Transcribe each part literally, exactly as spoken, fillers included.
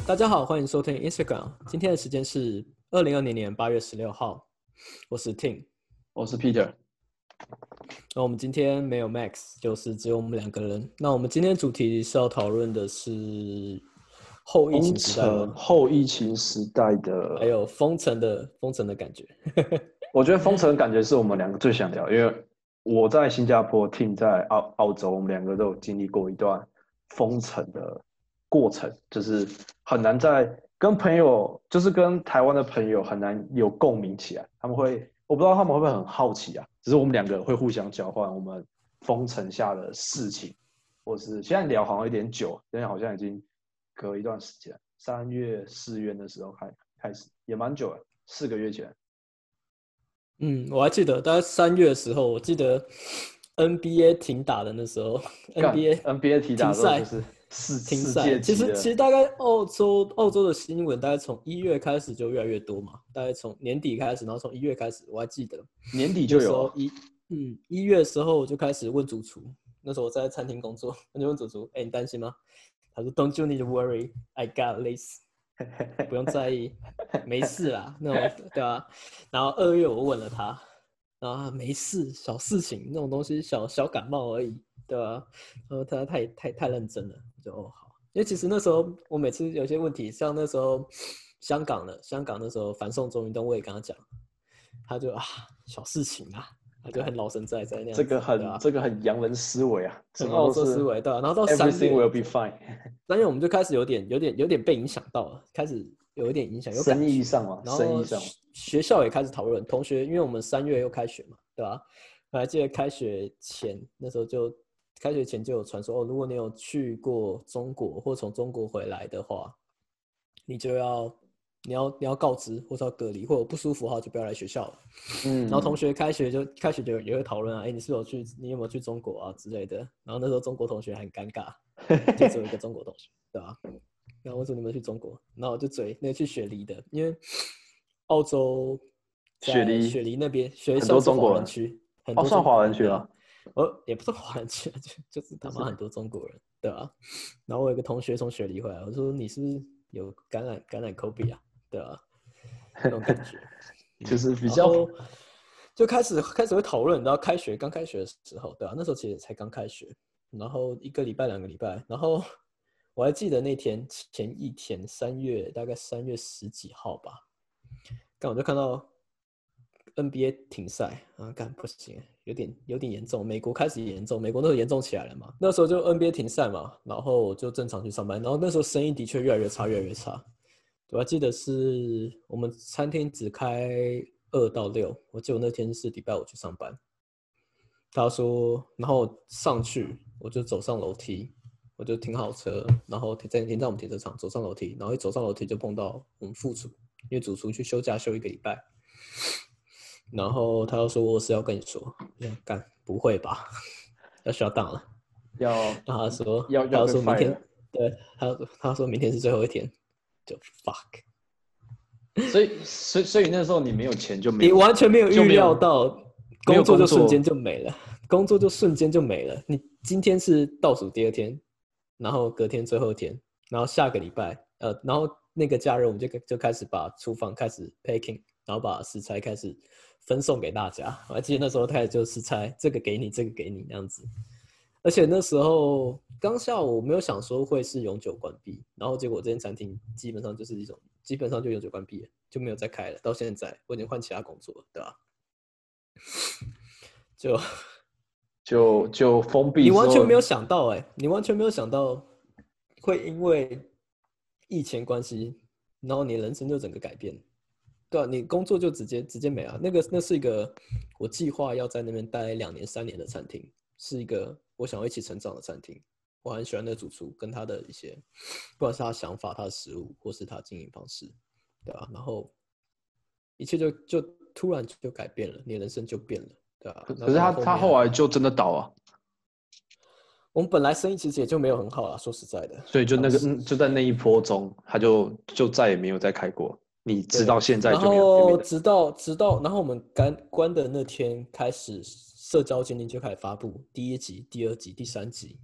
大家好，欢迎收听 Instagram。今天的时间是二零二零年八月十六号，我是 Tim， 我是 Peter。 那我们今天没有 Max， 就是只有我们两个人。那我们今天主题是要讨论的是后疫情时代吗？ 后疫情时代的， 还有封城的封城的感觉。 我觉得封城感觉是我们两个最想聊，因为我在新加坡 ，Tim 在澳澳洲，我们两个都有经历过一段封城的过程，就是很难在跟朋友，就是跟台湾的朋友很难有共鸣起来。他们会，我不知道他们会不会很好奇啊？只是我们两个会互相交换我们封城下的事情，或是现在聊好像有点久，现在好像已经隔一段时间，三月四月的时候开开始，也蛮久了，四个月前。 嗯，我还记得大概三月的时候，我记得 N B A 停打的那时候 ，N B A N B A 停打的时候就是世停世界其级的。 实其实大概澳洲澳洲的新闻大概从一月开始就越来越多嘛，大概从年底开始，然后从一月开始，我还记得年底就有、啊。 一嗯一月的时候我就开始问主厨，那时候我在餐厅工作，我就问主厨，哎、欸，你担心吗？他说 Don't you need to worry, I got this。不用在意，没事啦，那种对吧、啊？然后二月我问了他，然后没事，小事情那种东西，小小感冒而已，对吧、啊？然后他太太太认真了，就哦好。因为其实那时候我每次有些问题，像那时候香港的香港那时候反送中运动，我也跟他讲，他就啊小事情啊，他就很老神在在那样子。 这个很、啊、这个很洋人思维啊， 很澳洲思维对、啊。然后到三月 ，Everything will be fine。 三月我们就开始有点有点有点被影响到了，开始有一点影响，有生意上嘛， 然后学校也开始讨论，同学，因为我们三月又开学嘛，对吧？我还记得开学前那时候就开学前就有传说哦，如果你有去过中国或从中国回来的话，你就要你要你要告知或者要隔离，或者不舒服的话就不要来学校了。嗯，然后同学开学就开学就也会讨论啊，哎，你是有去你有没有去中国啊之类的。然后那时候中国同学很尴尬，就只有一个中国同学，对吧？然后我说你们去中国，然后我就追那个去雪梨的，因为澳洲雪梨雪梨那边雪梨很多中国人区， 很多算华人区啊， 哦也不是华人区，就就是他妈很多中国人，对吧？然后我有个同学从雪梨回来，我说你是不是有感染感染 COVID 啊，对吧？那种感觉， 就是比较就开始开始会讨论，然后开学刚开学的时候，对吧？那时候其实才刚开学，然后一个礼拜两个礼拜，然后。我还记得那天前一天，三月大概三月十几号吧，刚我就看到 N B A 停赛啊，干不行，有点有点严重，美国开始严重，美国那时候严重起来了嘛，那时候就 N B A 停赛嘛，然后我就正常去上班，然后那时候生意的确越来越差，越来越差。我还记得是我们餐厅只开二到六，我记得我那天是礼拜五去上班，他说，然后上去我就走上楼梯。我就停好车，然后停在停在我们停车场，走上楼梯，然后一走上楼梯就碰到我们副厨，因为主厨去休假休一个礼拜，然后他又说我是要跟你说，我想干不会吧，要 shut down 了， 要， 然后他说要他说明天，对，他他说明天是最后一天，就 fuck， 所以所以所以那时候你没有钱就没有，你完全没有预料到，工作就瞬间就没了，工作就瞬间就没了，你今天是倒数第二天。然后隔天最后一天，然后下个礼拜，呃，然后那个假日我们就就开始把厨房开始 packing， 然后把食材开始分送给大家。我还记得那时候开始就食材，这个给你，这个给你那样子。而且那时候刚下午我没有想说会是永久关闭，然后结果这间餐厅基本上就是一种，基本上就永久关闭了，就没有再开了。到现在我已经换其他工作了，对吧？就。 就就封闭， 你完全没有想到哎、欸，你完全没有想到会因为疫情关系，然后你人生就整个改变，对啊，你工作就直接直接没了。那个那是一个我计划要在那边待两年三年的餐厅，是一个我想要一起成长的餐厅。我很喜欢那个主厨跟他的一些，不管是他的想法、他的食物，或是他的经营方式，对吧、啊？然后一切就就突然就改变了，你的人生就变了。对啊， 可是他他后来就真的倒啊。 我们本来生意其实也就没有很好啦，说实在的。 所以就那个嗯，就在那一波中，他就就再也没有再开过。你直到现在就没有。 然后直到直到，然后我们关关的那天开始，社交经理就开始发布第一集、第二集、第三集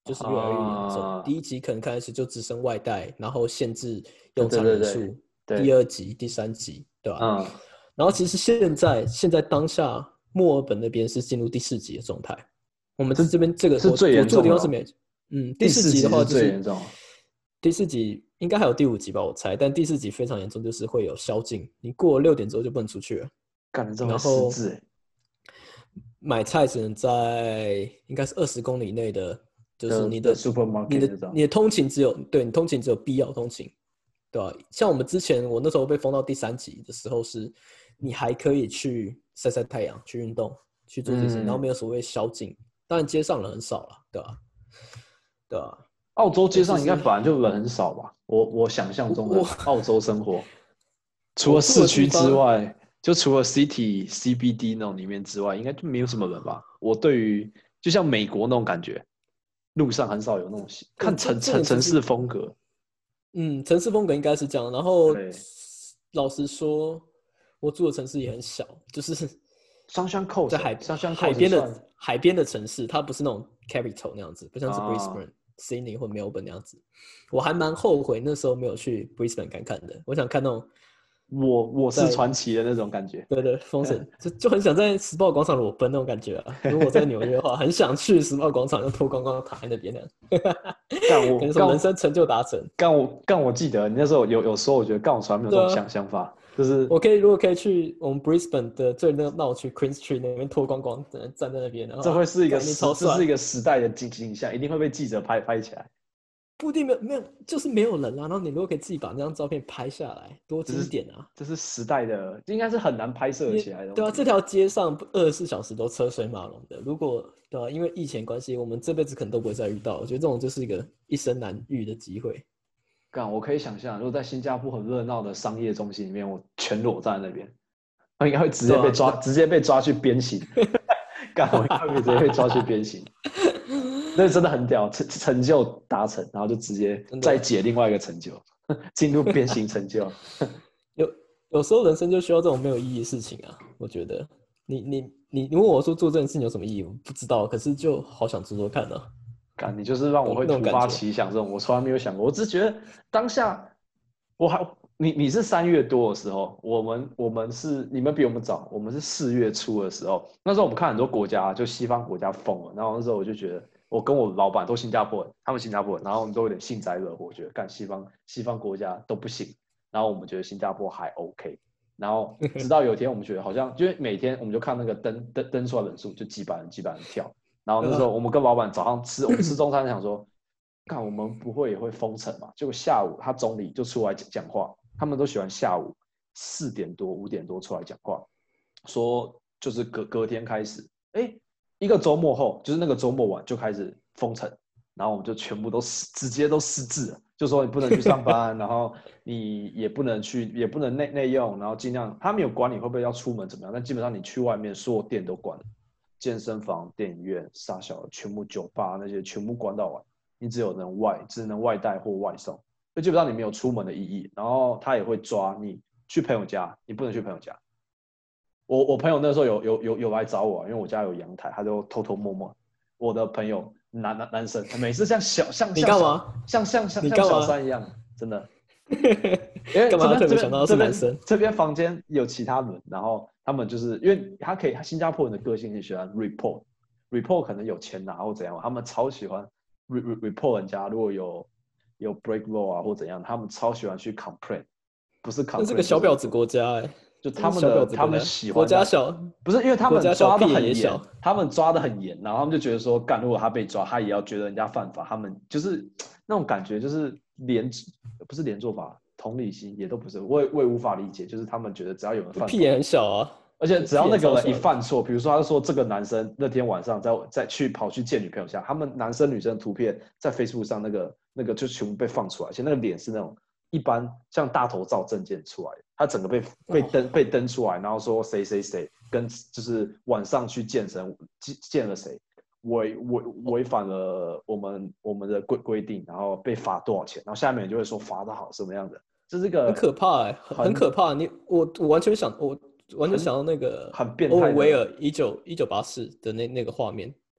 就是越来越严重。 啊， 第一集可能开始就只剩外带，然后限制用对餐人数。 对对对对， 第二集、第三集，对吧？ 嗯， 然后其实现在现在当下墨尔本那边是进入第四集的状态。我们是这边这个我是最我严重的咯。 住的地方是没，嗯，第第四集的四集是话就是最严重， 第四集应该还有第五集吧，我猜。但第四集非常严重，就是会有宵禁，你过了六点之后就不能出去了。 干你这会然后失智欸买菜只能在应该是二十公里内的，就是的的你的你 supermarket 的那种， 你的通勤只有对你通勤只有必要通勤，对吧？像我们之前我那时候被封到第三集的时候是，你还可以去晒晒太阳、去运动、去做这些事情，然后嗯， 没有所谓宵禁。当然街上人很少了，对吧？对吧？ 澳洲街上应该但其实本来就人很少吧？我我想象中的我我澳洲生活，除了我住市区之的地方， 外，就除了 city C B D 那种里面之外，应该就没有什么人吧？我对于就像美国那种感觉，路上很少有那种对， 看城重重点其实城城市风格， 嗯，城市风格应该是这样。然后对老实说，我住的城市也很小，就是 ，Sunshine 在 Coast， 海 Sunshine 海 Coast 边算的海边的城市，它不是那种 capital 那样子，不像是啊， Brisbane、Sydney 或 Melbourne 那样子。我还蛮后悔那时候没有去 Brisbane 看看的。我想看那种我我是在传奇的那种感觉。 对对封城，就就很想在时报广场裸奔那种感觉啊。如果我在纽约的话，很想去时报广场，就脱光光躺在那边那样， 干我感觉什么人干生成就达成。 干我干我记得你那时候有有说，我觉得干我从来没有这种对啊， 想想法，就是我可以如果可以去我们 Brisbane 的最闹闹区 Queen Street 那边脱光光，站在那边的话， 这会是一个概念时， 超帅。 这是一个时代的景景象，一定会被记者拍拍起来。 不一定没有没有，就是没有人啊。然后你如果可以自己把那张照片拍下来，多这是经典啊！ 这是时代的，应该是很难拍摄因起来的对啊， 东西。 这条街上二十四小时都车水马龙的。如果对啊，因为疫情关系，我们这辈子可能都不会再遇到。我觉得这种就是一个一生难遇的机会。 干，我可以想象，如果在新加坡很热闹的商业中心里面，我全裸站在那边，我应该会直接对啊， 被抓，直接被抓去鞭刑。干，我应该会直接被抓去鞭刑。那真的很屌，成成就达成，然后就直接再解另外一个成就，进入鞭刑成就。 有有时候人生就需要这种没有意义的事情啊。我觉得你你你你问我说做这件事情有什么意义，我不知道，可是就好想做做看啊。 干，你就是让我会突发奇想，这种我从来没有想过。我只是觉得当下，我还你你是三月多的时候，我们我们是你们比我们早，我们是四月初的时候。那时候我们看很多国家，就西方国家疯了，然后那时候我就觉得，我跟我老板都新加坡人，他们新加坡人，然后我们都有点幸灾乐祸，我觉得干西方西方国家都不行，然后我们觉得新加坡还 OK。然后直到有一天，我们觉得好像，因为每天我们就看那个登登登出来人数，就几百人几百人跳。然后那时候我们跟老板早上吃，我们吃中餐，想说，看我们不会也会封城嘛？结果下午他总理就出来讲话，他们都喜欢下午四点多五点多出来讲话，说就是隔隔天开始，哎，一个周末后，就是那个周末晚就开始封城，然后我们就全部都直接都失智了，就说你不能去上班，然后你也不能去，也不能内内用，然后尽量他没有管你会不会要出门怎么样，但基本上你去外面所有店都关了。健身房、电影院、傻小的全部酒吧那些全部关到完，你只有能外，只能外带或外送，就基本上你没有出门的意义。然后他也会抓你去朋友家，你不能去朋友家。我我朋友那时候有有有有来找我，因为我家有阳台，他就偷偷摸摸。我的朋友男男男生，每次像小像你干嘛？ 像像像像小三一样，真的。因为干嘛特别想到是男生？ 生？ 这边房间有其他人，然后他们就是因为他可以，新加坡人的个性很喜欢 report，report 可能有钱拿或怎样，他们超喜欢 report 人家，如果有有 break law 啊或怎样，他们超喜欢去 complain， 不是 complain， 那是个小婊子国家哎、欸， 就他们的他们喜欢国家小， 不是因为他们抓的很严，他们抓的很严，然后他们就觉得说，干如果他被抓，他也要觉得人家犯法，他们就是那种感觉，就是连不是连坐法。同理心也都不是，我也我也无法理解，就是他们觉得只要有人犯法， 屁也很小啊， 而且只要那个人一犯错，比如说他说这个男生那天晚上在在去跑去见女朋友家，他们男生女生的图片在 Facebook 上那个那个就全部被放出来，而且那个脸是那种一般像大头照证件出来的，他整个被被登被登出来，然后说谁谁谁跟就是晚上去见神见了谁。违违违反了我们我们的规规定，然后被罚多少钱，然后下面就会说罚的好什么样的，这是个很可怕哎、欸，很可怕。你我我完全想我完全想到那个很变态欧文威尔一九一九八四的那那个画面，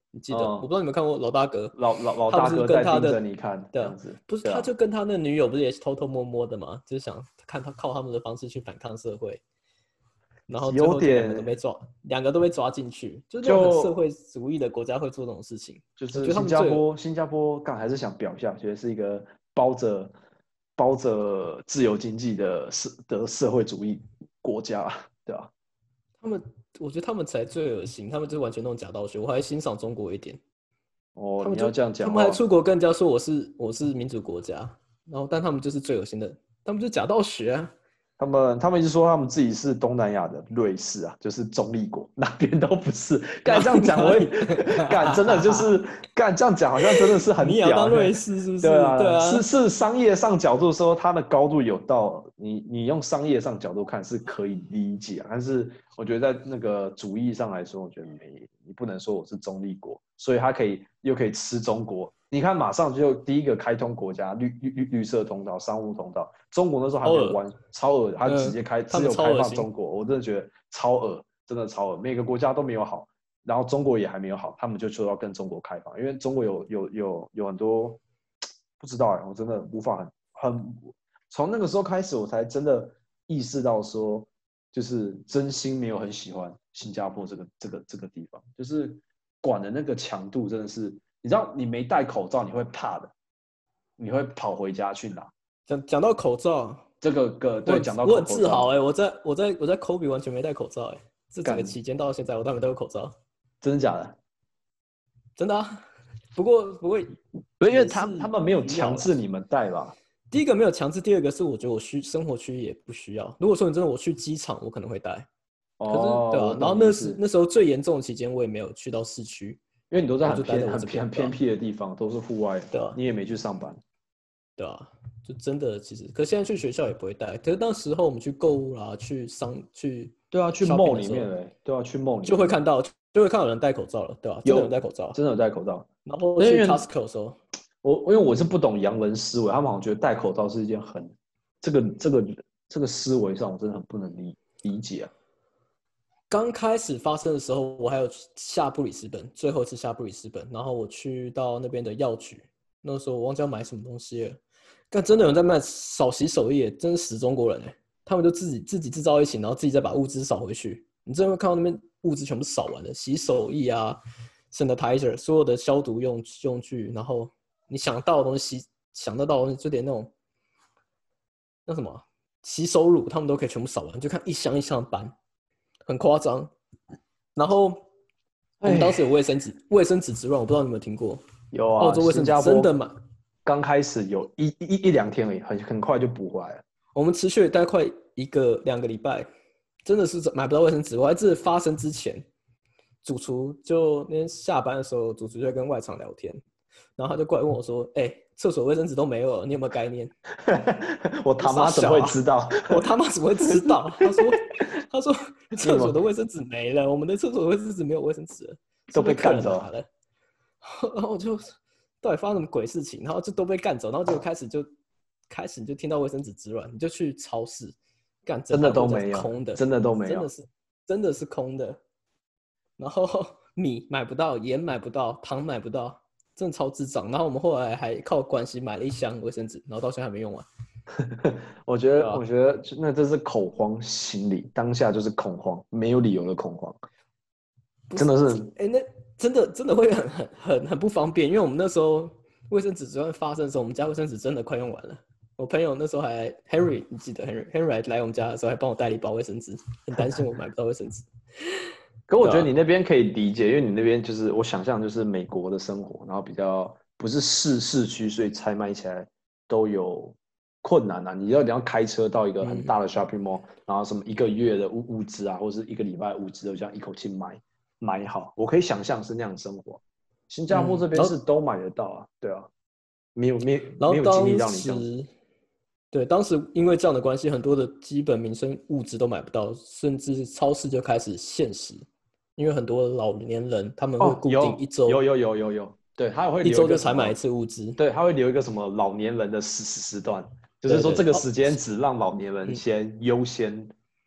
你记得？嗯、我不知道你们看过老大哥， 老老老大哥在盯着你看，这样子。 不是，他就跟他那女友不是也是偷偷摸摸的嘛，就是想看他靠他们的方式去反抗社会。然后最后两个都被抓，两个都被抓进去，就是那种很社会主义的国家会做这种事情。 就是新加坡，新加坡干还是想表一下，觉得是一个包着包着自由经济的社的社会主义国家，对吧？ 他们，我觉得他们才最恶心，他们就完全那种假道学。我还欣赏中国一点。 哦，他们要这样讲， 他们还出国跟人家说我是我是民主国家，然后但他们就是最恶心的，他们就是假道学啊。 他们他们一直说他们自己是东南亚的瑞士啊，就是中立国，哪边都不是。干这样讲，我也干真的就是干这样讲，好像真的是很屌。 你也要当瑞士是不是？ 对啊， 对啊， 是是商业上角度说，它的高度有到你你用商业上角度看是可以理解、啊，但是我觉得在那个主义上来说，我觉得没你不能说我是中立国，所以它可以又可以吃中国。你看，马上就第一个开通国家绿绿绿绿色通道、商务通道。中国那时候还没有关，超恶，他直接开，只有开放中国，我真的觉得超恶，真的超恶。每个国家都没有好，然后中国也还没有好，他们就说要跟中国开放，因为中国有有有有很多不知道哎，我真的无法很很从那个时候开始，我才真的意识到说，就是真心没有很喜欢新加坡这个这个这个地方，就是管的那个强度真的是。你知道你没戴口罩你会怕的，你会跑回家去拿。 讲讲到口罩， 这个个对讲到口罩，我很自豪哎、欸，我在我在我在 Kobe 完全没戴口罩哎、欸，这整个期间到现在我都没戴过口罩。 真的假的？ 真的啊。不过不过，因为他他们没有强制你们戴吧？ 第一个没有强制，第二个是我觉得我需生活区也不需要。如果说你真的我去机场，我可能会戴。 哦， 可是对啊，然后那时那时候最严重的期间，我也没有去到市区。 因为你都在很偏很偏很偏僻的地方，都是户外， 对啊， 你也没去上班， 对啊，就真的其实，可是现在去学校也不会带。可是当时候我们去购物啦，去商去， 对啊，去 mall 里面嘞，对啊，去 mall 里面就会看到，就会看到有人戴口罩了，对吧、啊？真的有人戴口罩， 真的有戴口罩。 然后去 Costco 的时候， 我因为我是不懂洋人思维，他们好像觉得戴口罩是一件很这个这个这个思维上，我真的很不能理理解啊。 刚开始发生的时候，我还有下布里斯本，最后一次下布里斯本，然后我去到那边的药局，那时候我忘记要买什么东西了，但真的有人在卖扫洗手液，真是死中国人哎、欸！他们就自己自己制造一起，然后自己再把物资扫回去。你真的会看到那边物资全部扫完了，洗手液啊 ，sanitizer， 所有的消毒用用具，然后你想到的东西，想得到的东西，就连那种那什么洗手乳，他们都可以全部扫完，就看一箱一箱的搬。很夸张，然后我们当时有卫生纸，卫生纸之乱，我不知道你有没有听过？ 有啊， 澳洲卫生纸真的吗？ 刚开始有一一一两天而已，很很快就补回来了。 我们持续了大概快一个两个礼拜，真的是买不到卫生纸。我还记得发生之前，主厨就那天下班的时候，主厨就在跟外场聊天，然后他就过来问我说：“哎、欸，厕所卫生纸都没有了，你有没有概念？” 我他妈怎么会知道？ 我他妈怎么会知道？他说：“他说厕所的卫生纸没了，我们的厕所的卫生纸没有卫生纸了， 都被干走了。”然后我就到底发生什么鬼事情？然后就都被干走，然后就开始就开始你就听到卫生纸之乱，你就去超市干， 真的都没有， 空的， 真的都没有， 真的是真的是空的。然后米买不到，盐买不到，糖买不到，真的超智障。然后我们后来还靠关系买了一箱卫生纸，然后到现在还没用完。 我觉得，啊、我觉得那这是恐慌心理，当下就是恐慌，没有理由的恐慌，真的是， 哎、欸，那真的真的会很很很很不方便，因为我们那时候卫生纸之乱发生的时候，我们家卫生纸真的快用完了。我朋友那时候还 Henry， 你记得 Henry Henry 来我们家的时候还帮我带了一包卫生纸，很担心我买不到卫生纸。 可我觉得你那边可以理解，因为你那边就是我想象就是美国的生活，然后比较不是市市区，所以采买起来都有困难啊。你要你要开车到一个很大的 shopping mall，、嗯、然后什么一个月的物物资啊，或者是一个礼拜的物资都这样一口气买买好，我可以想象是那样的生活。新加坡这边是都买得到啊，嗯、对啊，没有没有没有经历到你这样子。 对，当时因为这样的关系，很多的基本民生物资都买不到，甚至超市就开始限时，因为很多老年人他们会固定一周、 哦、有有有有有，对，他会留一周就才买一次物资， 对，他会留一个什么老年人的时时段，就是说这个时间只让老年人先优先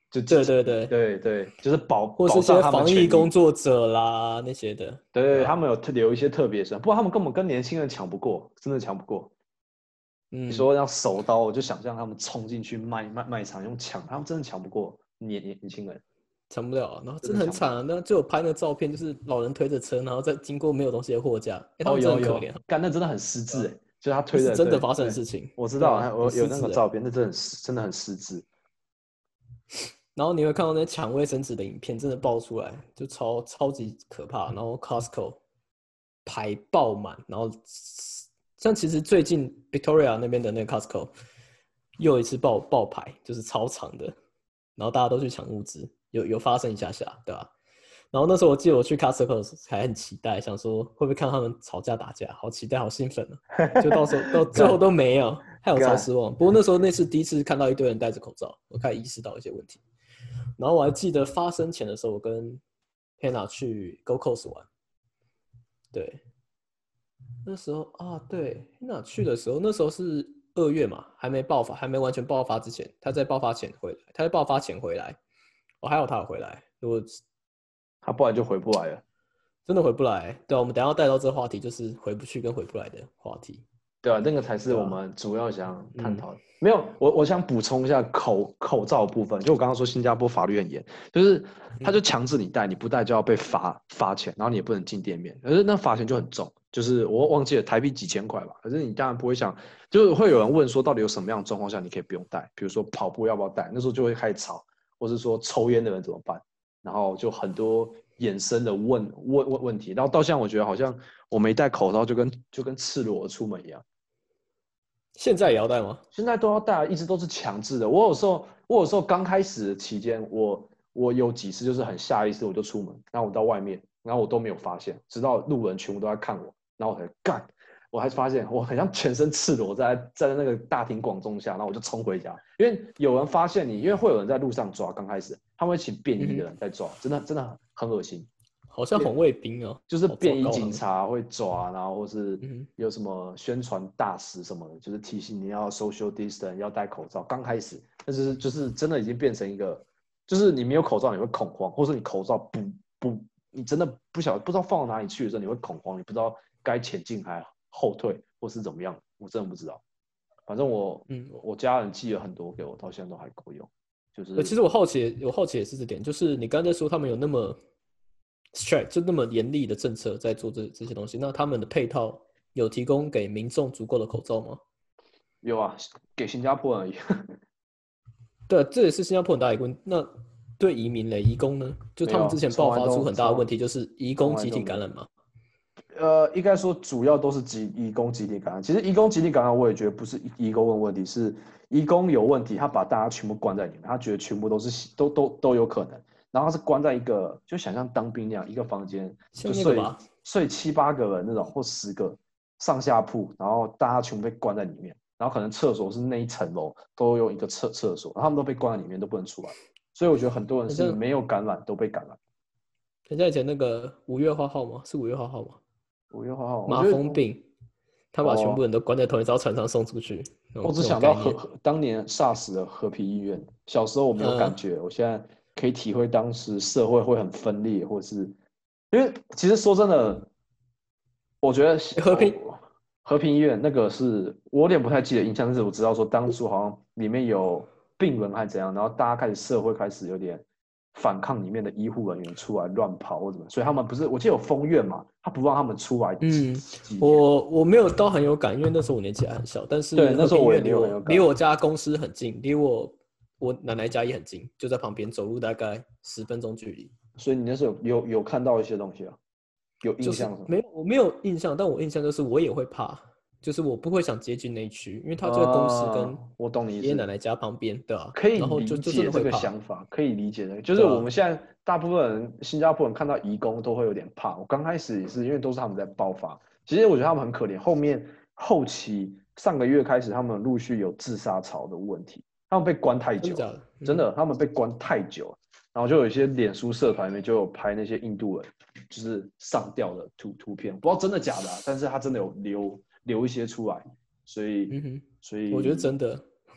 就对对对对对，就是保或是一些保障他们防疫权益。 工作者啦那些的， 对对， 对吧？ 他们有特留一些特别生，不过他们根本跟年轻人抢不过，真的抢不过。你嗯， 说要手刀，我就想象他们冲进去卖卖卖场用抢，他们真的抢不过年年年轻人， 抢不了啊，然后真真的很惨啊！ 的抢不了。 那就有拍那个照片，就是老人推着车，然后再经过没有东西的货架，哎，他哦， 们真的有有， 很可怜啊， 干那真的很失对吧？ 智哎，就是他那是推的， 真的发生的对对， 事情， 我知道， 对吧？很我有失智哎。 那个照片，那真的很失真的很失智。 然后你会看到那抢卫生纸的影片，真的爆出来，就超超级可怕。然后 Costco 排爆满，然后像其实最近 Victoria 那边的那个 Costco 又一次爆爆排，就是超长的，然后大家都去抢物资，有有发生一下下，对吧？然后那时候我记得我去 Costco 还很期待，想说会不会看他们吵架打架，好期待，好兴奋啊！就到时候到最后干都没有，害我超干， 失望。不过那时候那是第一次看到一堆人戴着口罩，我开始意识到一些问题。然后我还记得发生前的时候，我跟 Hannah 去 Go Coast 玩，对，那时候啊，对，Hannah 去的时候，那时候是二月嘛，还没爆发，还没完全爆发之前，他在爆发前回来，他在爆发前回来，我、哦、还有他有回来，如果他不然就回不来了。 真的回不来，对啊，我们等一下要带到这个话题，就是回不去跟回不来的话题， 对啊，那个才是我对啊， 们主要想探嗯讨的。没有，我我想补充一下口口罩的部分。就我刚刚说，新加坡法律很严，就是他就嗯， 强制你戴，你不戴就要被罚罚钱，然后你也不能进店面。可是那罚钱就很重，就是我忘记了台币几千块吧。可是你当然不会想，就是会有人问说，到底有什么样的状况下你可以不用戴？比如说跑步要不要戴？那时候就会开始吵，或是说抽烟的人怎么办？然后就很多衍生的问问问问题。然后到现在，我觉得好像我没戴口罩就跟就跟赤裸出门一样。 现在也要带吗？ 现在都要戴，一直都是强制的。我有时候，我有时候刚开始期间，我我有几次就是很下意识我就出门，然后我到外面，然后我都没有发现，直到路人全部都在看我，然后我才干，我还发现我很像全身赤裸在在那个大庭广众下，然后我就冲回家，因为有人发现你，因为会有人在路上抓，刚开始他们会请便衣的人在抓，真的真的很恶心。 好像红卫兵哦， 就是好糟便衣糕啊， 警察会抓，然后或是嗯有什么宣传大使什么的，就是提醒你要 social distance，要戴口罩。刚开始，但是就是真的已经变成一个，就是你没有口罩你会恐慌，或是你口罩不不，你真的不晓得不知道放到哪里去的时候你会恐慌，你不知道该前进还后退或是怎么样，我真的不知道。反正我嗯。 我家人寄了很多给我，到现在都还够用。就呃， 是其实我好奇，我好奇也是这点，就是你刚才说他们有那么 strict，就那么严厉的政策在做这这些东西，那他们的配套有提供给民众足够的口罩吗？ 有啊，给新加坡人而已。 对，这也是新加坡很大的一个问题。那对移民嘞，移工呢？就没有， 他们之前从来爆发出很大的问都从题，就是移工集从来都没有。 体感染嘛。 呃，应该说主要都是集移工集体感染。其实移工集体感染，我也觉得不是移工问问题，是移工有问题，他把大家全部关在里面，他觉得全部都是都都都有可能。然后他是关在一个，就想象当兵那样，一个房间就睡像那个吧， 睡七八个人那种，或十个上下铺，然后大家全部被关在里面，然后可能厕所是那一层楼都有一个厕厕所，然后他们都被关在里面，都不能出来。所以我觉得很多人很像是没有感染都被感染。 很像以前那个五月花号吗？是五月花号吗？ 五月花号，我麻觉得风病，他把全部哦， 人都关在同一艘船上送出去，那种那种我只想到概念。 和和当年 SARS 的和平医院，小时候我没有感嗯， 觉，我现在可以体会当时社会会很分裂，或是因为其实说真的，我觉得和平哦，和平医院那个是我有点不太记得印象，但是我知道说当初好像里面有病人还是怎样，然后大家开始社会开始有点反抗里面的医护人员出来乱跑或怎么，所以他们不是我记得有封院嘛，他不让他们出来几嗯， 几年。 我我没有到很有感，因为那时候我年纪还很小。但对， 是那时候我也没和平医院离有很有感。 我离我家公司很近，离我我奶奶家也很近，就在旁边，走路大概十分钟距离。 所以你那时候有有有看到一些东西啊，有印就是象什么？ 没有我没有印象，但我印象就是我也会怕，就是我不会想接近那一区，因为他就在公司跟呃，我懂你意思， 爷爷奶奶家旁边，对吧、 可以然后就就真理解这个的会怕， 想法，可以理解的。就是对啊， 我们现在大部分人，新加坡人看到移工都会有点怕。我刚开始也是，因为都是他们在爆发。其实我觉得他们很可怜，后面后期上个月开始，他们陆续有自杀潮的问题。他们被关太久了， 真的假的？嗯哼， 真的，他们被关太久了。然后就有一些脸书社团里面就有拍那些印度人就是上吊的图图片，不知道真的假的啊，但是他真的有留留一些出来，所以嗯哼， 所我觉得以真的。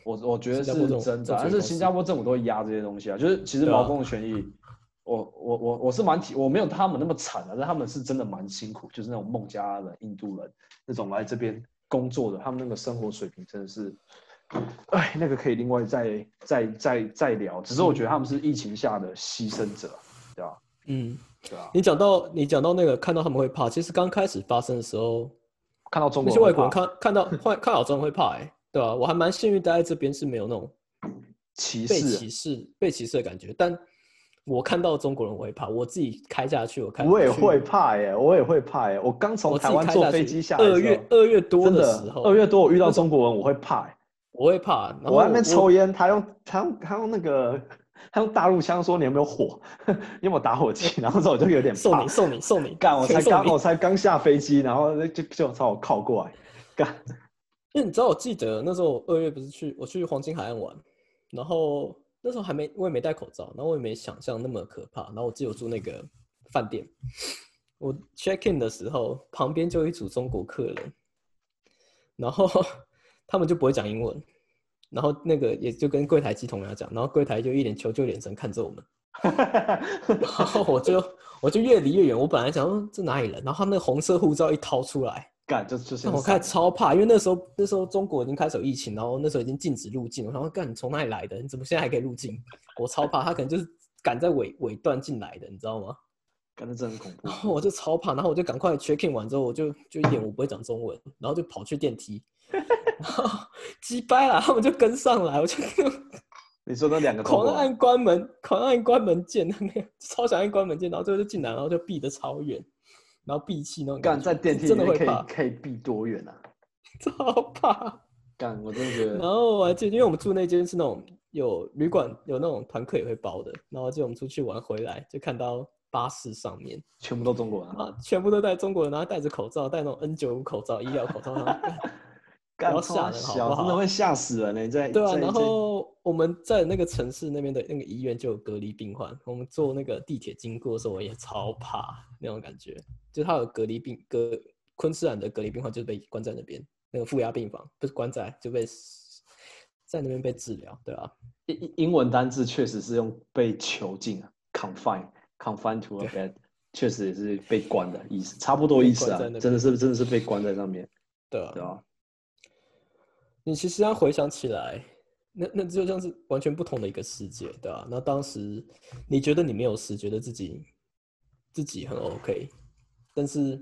我我觉得新加坡这种是真的， 这种但是新加坡政府都会压这些东西啊，就是其实劳工的权益，我我我我是蛮体，我没有他们那么惨的，但他们是真的蛮辛苦，就是那种孟加拉人、印度人那种来这边工作的，他们那个生活水平真的是，哎，那个可以另外再再再再聊。只是我觉得他们是疫情下的牺牲者，对吧？ 嗯， 对啊。 你讲到你讲到那个看到他们会怕，其实刚开始发生的时候， 看到中那国人会怕， 些外国人看看到看看到真的会怕、欸，对吧、啊？我还蛮幸运待在这边是没有那种被歧视， 歧视被歧视的感觉，但我看到中国人我会怕，我自己开下去，我开我也会怕耶，我也会怕耶。我刚从我自己台湾开下去， 坐飞机下来二的时候， 月二月多真的的时候， 二月多我遇到那时候中国人我会怕耶。 我会怕，然我在那边后我抽烟，他用他用他用那个他用大陆腔说你有没有火，你有没有打火机？然后之后我就有点怕， 送你送你送你， 干我才刚全送你。 我才刚下飞机，然后就就朝我靠过来，干。 因为你知道，我记得那时候我二月不是去我去黄金海岸玩，然后那时候还没我也没戴口罩，然后我也没想象那么可怕。然后我记得我住那个饭店，我 check in 的时候旁边就有一组中国客人，然后他们就不会讲英文，然后那个也就跟柜台机同样讲，然后柜台就一脸求救眼神看着我们，然后我就我就越离越远。我本来想说这哪里人，然后他那个红色护照一掏出来。 干就就先我开始超怕，因为那时候那时候中国已经开始有疫情，然后那时候已经禁止入境。我想说，干你从哪里来的？你怎么现在还可以入境？我超怕，他可能就是赶在尾尾段进来的，你知道吗？ 干的真的很恐怖。 然后我就超怕，然后我就赶快 check in 完之后，我就就一脸我不会讲中文，然后就跑去电梯，然后鸡掰了，他们就跟上来，我就你说那两个中国人狂按关门，狂按关门键，那个超想按关门键，然后最后就进来，然后就避得超远。然后闭气那种感干觉， 在电梯里面可以可以避多远啊？ 超怕。 干，我真的觉得。 然后我还记得，因为我们住那间是那种有旅馆，有那种团客也会包的。然后就我们出去玩回来，就看到巴士上面全部都中国人啊，全部都戴中国人，然后戴着口罩，戴那种 N 九十五 口罩、医疗口罩，然后不要吓人好不好？ 真的会吓死人呢、欸！在对啊， 在然后我们在那个城市那边的那个医院就有隔离病患，我们坐那个地铁经过的时候，我也超怕那种感觉，就是他有隔离病隔昆士兰的隔离病患就被关在那边，那个负压病房不是关在就被在那边被治疗，对啊。 英英文单字确实是用被囚禁啊 ，confine confine to a bed， 确实也是被关的意思，差不多意思啊，真的是真的是被关在上面， 对啊。 对啊。 你其实要回想起来，那那就像是完全不同的一个世界，对吧、啊？那当时你觉得你没有事，觉得自己自己很 OK， 但是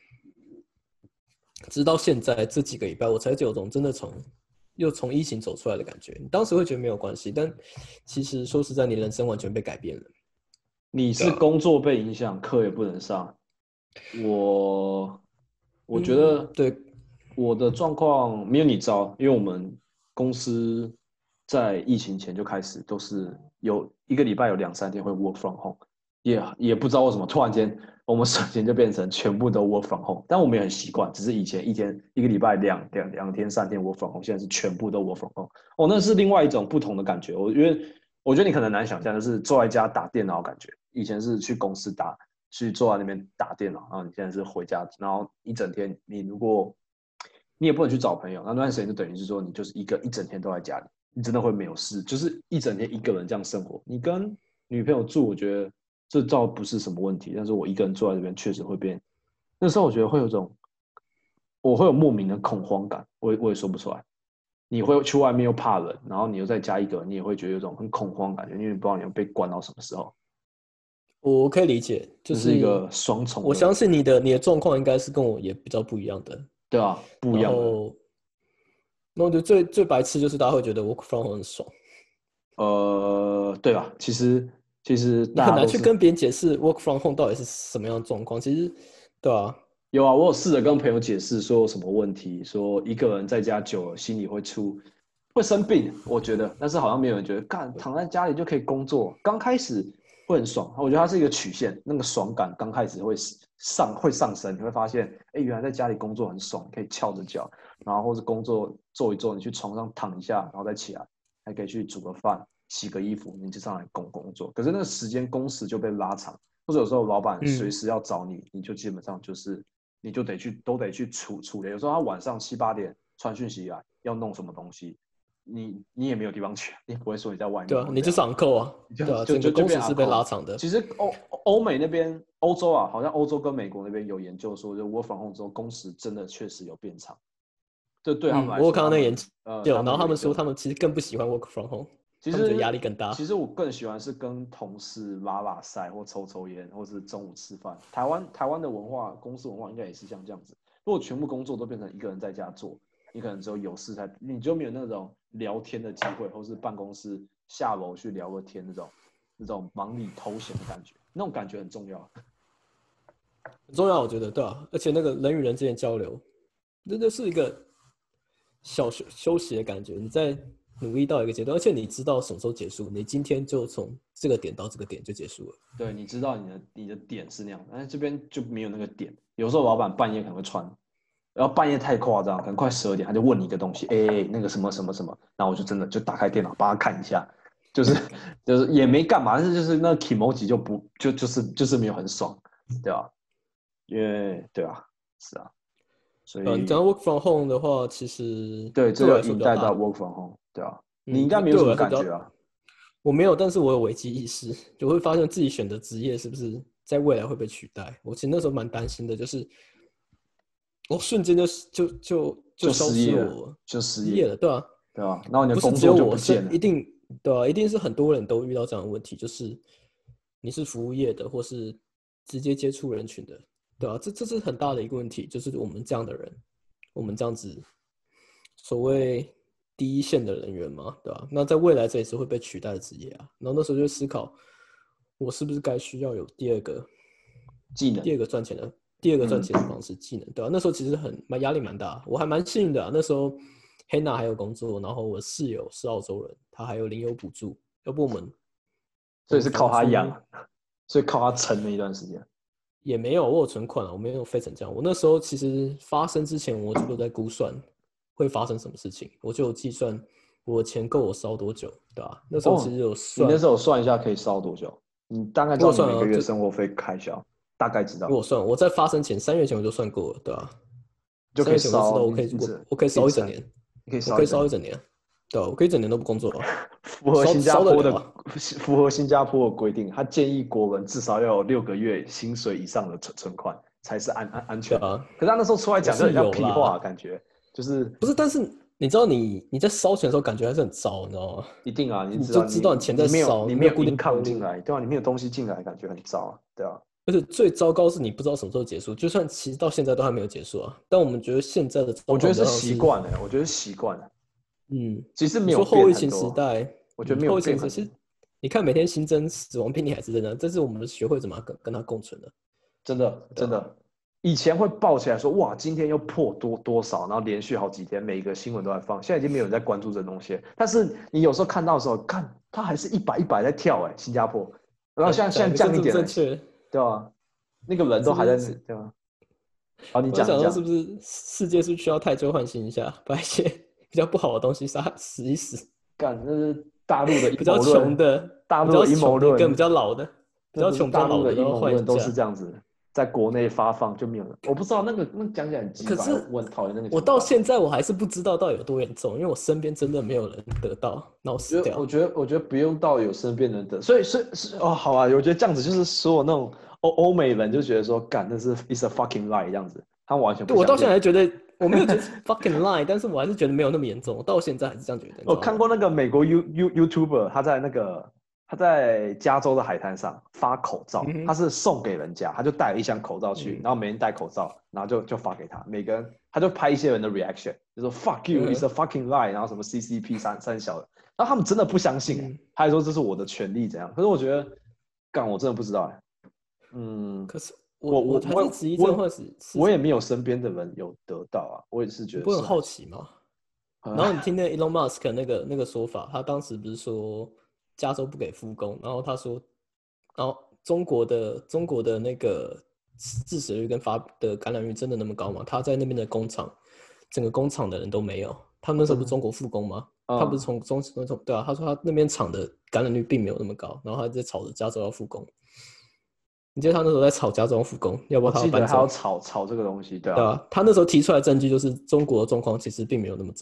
直到现在这几个礼拜，我才有种真的从又从疫情走出来的感觉。你当时会觉得没有关系，但其实说实在，你人生完全被改变了。 你是工作被影响，课也不能上。我我觉得、 嗯、对。 我的状况没有你糟，因为我们公司在疫情前就开始都是有一个礼拜有两三天会 work from home， 也也不知道为什么突然间我们首先就变成全部都 work from home， 但我们也很习惯，只是以前一天一个礼拜两两两天三天 work from home， 现在是全部都 work from home， 哦，那是另外一种不同的感觉。我觉得我觉得你可能难想象，就是坐在家打电脑的感觉，以前是去公司打，去坐在那边打电脑，然后你现在是回家，然后一整天你如果你也不能去找朋友，那段时间就等于是说你就是一个一整天都在家里，你真的会没有事，就是一整天一个人这样生活。你跟女朋友住，我觉得这倒不是什么问题，但是我一个人坐在这边确实会变。那时候我觉得会有种，我会有莫名的恐慌感，我也我也说不出来。你会去外面又怕人，然后你又再加一个人，你也会觉得有种很恐慌感觉，因为你不知道你要被关到什么时候。 我可以理解，就是这是一个双重。 我相信你的你的状况应该是跟我也比较不一样的。 对啊，不一样的。 然后，那我觉得最最白痴就是大家会觉得 work from home 很爽。 呃，对吧？其实其实你很难去跟别人解释 work from home 到底是什么样的状况。其实，对啊， 有啊，我有试着跟朋友解释说有什么问题，说一个人在家久了心里会出会生病，我觉得，但是好像没有人觉得，干躺在家里就可以工作。刚开始会很爽，我觉得它是一个曲线，那个爽感刚开始会上会上升，你会发现，哎，原来在家里工作很爽，可以翘着脚，然后或者工作做一做，你去床上躺一下，然后再起来，还可以去煮个饭、洗个衣服，你就上来工工作。可是那个时间工时就被拉长，或者有时候老板随时要找你，嗯、你就基本上就是你就得去都得去处处理。有时候他晚上七八点传讯息来要弄什么东西。 你你也没有地方去，你也不会说你在外面。 对啊，你就是昂扣啊，对啊，整个工时是被拉长的。 其实欧欧美那边，欧洲啊，好像欧洲跟美国那边有研究说，就 work from home 之后，工时真的确实有变长。就对他们来说， 嗯、我有看到那个研究， 呃， 然后他们说他们其实更不喜欢 work from home， 其实他们觉得压力更大。 其实我更喜欢是跟同事拉拉赛或抽抽烟，或是中午吃饭。台湾台湾的文化，公司文化应该也是像这样子。如果全部工作都变成一个人在家做，你可能只有有事才，你就没有那种聊天的机会，或是办公室下楼去聊个天那种那种忙里偷闲的感觉，那种感觉很重要， 很重要，我觉得对啊，而且那个人与人之间交流，这就是一个小休休息的感觉。你在努力到一个阶段，而且你知道什么时候结束，你今天就从这个点到这个点就结束了。 对，你知道你的你的点是那样，但是这边就没有那个点。有时候老板半夜可能会传。然后半夜太夸张，可能快十二点，他就问你一个东西，哎、欸，那个什么什么什么，然后我就真的就打开电脑帮他看一下，就是就是也没干嘛，但是就是那个 kimoji 就不就就是就是没有很爽，对吧？因为对啊，是啊，所以嗯，讲到 work from home 的话，其实对，这就引带到 work 对 from home， 对啊， 嗯、 你应该没有什么感觉啊？ 我没有，但是我有危机意识，就会发现自己选的职业是不是在未来会被取代。我其实那时候蛮担心的，就是我瞬间就就就就消失了， 就失业了，对啊， 对啊，然后你的工作就不见了， 一定对啊，一定是很多人都遇到这样的问题，就是你是服务业的，或是直接接触人群的，对啊，这这是很大的一个问题，就是我们这样的人，我们这样子所谓第一线的人员嘛，对吧？那在未来这也是会被取代的职业啊。然后那时候就思考，我是不是该需要有第二个技能， 第二个赚钱的第二个赚钱的方式、嗯、技能，对吧？那时候其实很蛮压力蛮大，我还蛮幸运的啊。那时候 Hannah 还有工作，然后我室友是澳洲人，他还有零油补助，要不我们所以是靠他养，所以靠他撑了一段时间。 也没有，我有存款啊，我没有废成这样。我那时候其实发生之前，我就在估算会发生什么事情，我就有计算我钱够我烧多久，对吧？那时候其实有算， 哦、你那时候算一下可以烧多久？你大概知道你每个月生活费开销，大概知道。 我算，我在发生前三月前我就算过了，对吧？ 就可以烧， 我可以我我可以烧一整年， 你可以我可以烧一整年，对吧？我可以一整年都不工作啊。 符合新加坡的符合新加坡的规定，他建议国人至少要有六个月薪水以上的存存款才是安安安全的。啊、可是他那时候出来讲就很像屁话，感觉就是不是，但是你知道你你在烧钱的时候感觉还是很糟，你知道吗？ 一定啊，你你就知道你钱在烧， 你没有固定抗进来，对啊，你没有东西进来，感觉很糟，对啊。 而且最糟糕是你不知道什么时候结束，就算其实到现在都还没有结束啊。但我们觉得现在的， 我觉得是习惯了，我觉得是习惯了。 嗯， 其实没有说后疫情时代， 我觉得没有变很多。 后疫情时，你看每天新增死亡病例还是真的，这是我们学会怎么跟跟它共存的。 真的真的，以前会爆起来说哇，今天又破多多少，然后连续好几天每一个新闻都在放，现在已经没有人在关注这东西。但是你有时候看到的时候，看它还是一百一百在跳哎、欸，新加坡，然后现在现在降一点、欸，对吧？那个人都还在那，对吧？好，你讲我想说是不是世界是需要汰旧换新一下，把一些比较不好的东西杀死一死？ 干，那是大陆的比较穷的， 大陆的阴谋论跟比较老的，比较穷、比较老的阴谋论都是这样子，在国内发放就没有人。我不知道那个那讲起来很鸡巴， 可是我很讨厌那个。 我到现在我还是不知道到底有多严重，因为我身边真的没有人得到，然后死掉。 我觉得我觉得不用到有身边人得，所以所以哦好啊，我觉得这样子就是所有那种欧欧美人就觉得说，干那是 is a fucking lie 这样子，他完全不。 对我到现在还觉得。我没有觉得 fucking lie， 但是我还是觉得没有那么严重。我到现在还是这样觉得。 我看过那个美国 You You YouTuber， 他在那个他在加州的海滩上发口罩，嗯、他是送给人家，他就带了一箱口罩去，嗯、然后每人戴口罩，然后就就发给他，每个人他就拍一些人的 reaction， 就说 fuck you、嗯、is a fucking lie， 然后什么 C C P 三三小的，然后他们真的不相信、嗯，他还说这是我的权利怎样？可是我觉得，干我真的不知道哎，嗯， 可是。 我我我我我我也没有身边的人有得到啊，我也是觉得。 不很好奇吗？然后你听那 Elon Musk 那个那个说法，他当时不是说加州不给复工，然后他说，然后中国的中国的那个致死率跟发的感染率真的那么高吗？他在那边的工厂，整个工厂的人都没有，他们那时候不是中国复工吗？嗯、他不是从中从对啊，他说他那边厂的感染率并没有那么高，然后他在吵着加州要复工。你记得他那时候在吵加州复工，要不要他要搬走？ 他要吵吵这个东西，对啊。 对啊，他那时候提出来的证据就是中国的状况其实并没有那么糟，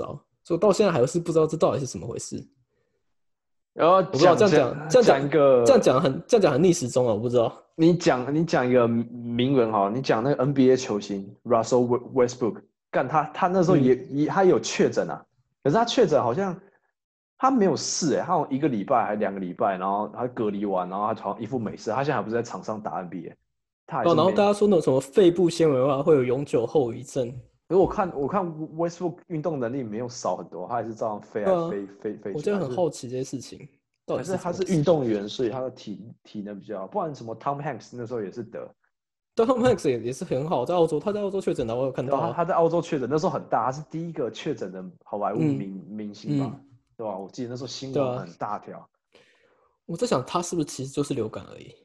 所以我到现在还是不知道这到底是怎么回事。 然后我不知道这样讲，这样讲一个， 这样讲很这样讲很逆时钟啊，我不知道。 你讲你讲一个名人哈，你讲那个 N B A 球星 Russell Westbrook， 干他他那时候也、嗯、也他有确诊啊，可是他确诊好像他没有事哎、欸，他好像一个礼拜还两个礼拜，然后他隔离完，然后他好像一副没事，他现在还不是在场上打 N B A， 他还是、 哦、然后大家说那种什么肺部纤维化会有永久后遗症。 可是我看我看 Westbrook 运动能力没有少很多，他还是照样飞来飞、啊、飞飞去。 我就很好奇这些事情，到底是他是运动员，所以他的体体能比较好，不然什么 Tom Hanks 那时候也是得。 Tom Hanks 也也是很好，在澳洲他在澳洲确诊的，我有看到、啊。 他在澳洲确诊那时候很大，他是第一个确诊的好莱坞明、嗯、明星吧、嗯，对吧？我记得那时候新闻很大条、啊。 我在想他是不是其实就是流感而已。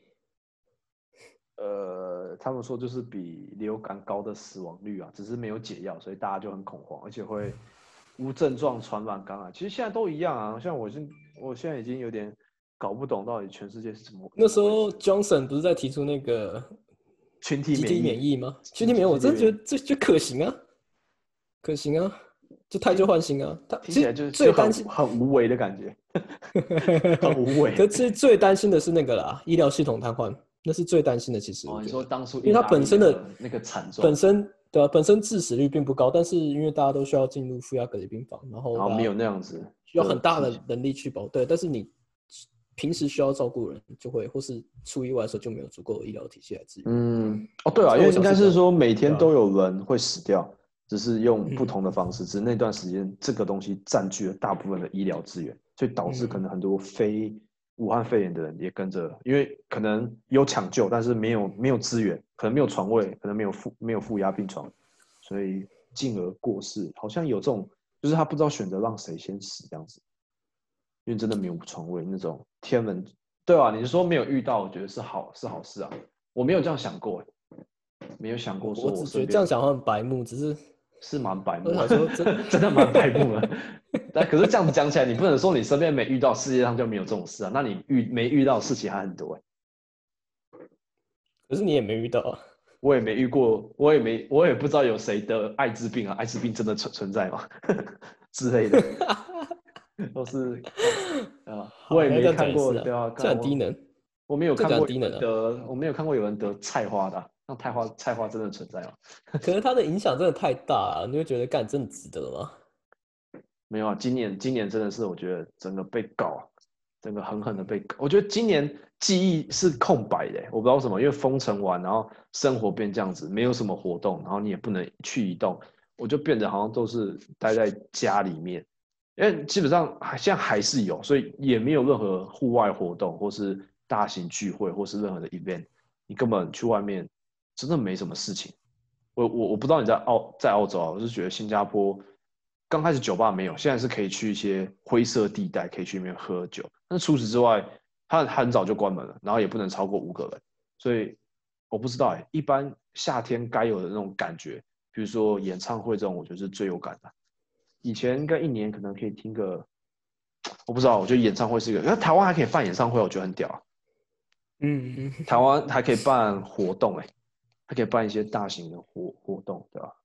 呃，他们说就是比流感高的死亡率啊，只是没有解药，所以大家就很恐慌，而且会无症状传染感染。其实现在都一样啊，像我现我现在已经有点搞不懂到底全世界是怎么。 那时候 Johnson 不是在提出那个群体免疫免疫吗？群体免疫，我真的觉得这就可行啊，可行啊，就汰旧换新啊。他听起来就是最担心很无为的感觉，很无为。 可是最担心的是那个啦，医疗系统瘫痪。那是最担心的，其实。 哦，你说当初因为它本身的那个惨状， 本身对啊，本身致死率并不高，但是因为大家都需要进入负压隔离病房，然后然后没有那样子， 需要很大的能力去保对，但是你平时需要照顾人，就会或是出意外的时候就没有足够的医疗体系来支援。 嗯，哦，对啊，因为应该是说每天都有人会死掉，只是用不同的方式， 嗯、 只是那段时间这个东西占据了大部分的医疗资源，所以导致可能很多非武汉肺炎的人也跟着，因为可能有抢救，但是没有没有资源，可能没有床位，可能没有负没有负压病床，所以进而过世。好像有这种，就是他不知道选择让谁先死这样子，因为真的没有床位那种天文。对啊，你是说没有遇到，我觉得是好是好事啊，我没有这样想过，没有想过说我我只觉得这样想很白目，只是是蛮白目的， 我想说真真的蛮白目的。但可是这样子讲起来，你不能说你身边没遇到，世界上就没有这种事啊。那你遇没遇到事情还很多哎、 欸。可是你也没遇到啊。 我也没遇过，我也没，我也不知道有谁得艾滋病啊，艾滋病真的存存在吗？之类的，都是啊，我也没看过， 啊、 对啊， 这很低能。 我没有看过有人得，啊、我没有看过有人得菜花的、啊，那菜花菜花真的存在吗？ 可是它的影响真的太大了，你会觉得干真的值得吗？ 没有啊，今年今年真的是我觉得整个被搞，整个狠狠的被搞。我觉得今年记忆是空白的，我不知道为什么，因为封城完，然后生活变这样子，没有什么活动，然后你也不能去移动，我就变得好像都是待在家里面。因为基本上现在还是有，所以也没有任何户外活动，或是大型聚会，或是任何的 event， 你根本去外面真的没什么事情。我我我不知道你在澳在澳洲啊，我是觉得新加坡。刚开始酒吧没有，现在是可以去一些灰色地带，可以去那边喝酒。但是除此之外，它很早就关门了，然后也不能超过五个人。所以我不知道哎、欸，一般夏天该有的那种感觉，比如说演唱会这种，我觉得是最有感的。以前应该一年可能可以听个，我不知道，我觉得演唱会是一个，那台湾还可以办演唱会，我觉得很屌、啊。 嗯， 台湾还可以办活动哎、欸，还可以办一些大型的活活动，对吧？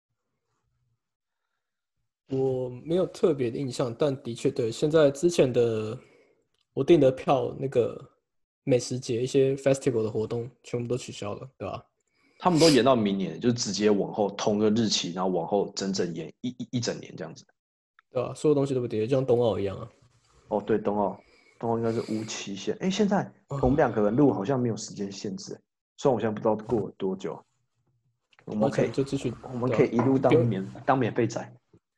我没有特别的印象，但的确对，现在之前的我订的票，那个美食节一些 festival 的活动全部都取消了，对吧？ 他们都延到明年，就直接往后同个日期，然后往后整整延一一一整年这样子， 对吧？所有东西都不跌，就像冬奥一样啊。 哦，对，冬奥，冬奥应该是无期限。哎，现在我们两个人录好像没有时间限制，虽然我现在不知道过了多久，我们可以就继续， 我们可以一路当免当免费仔。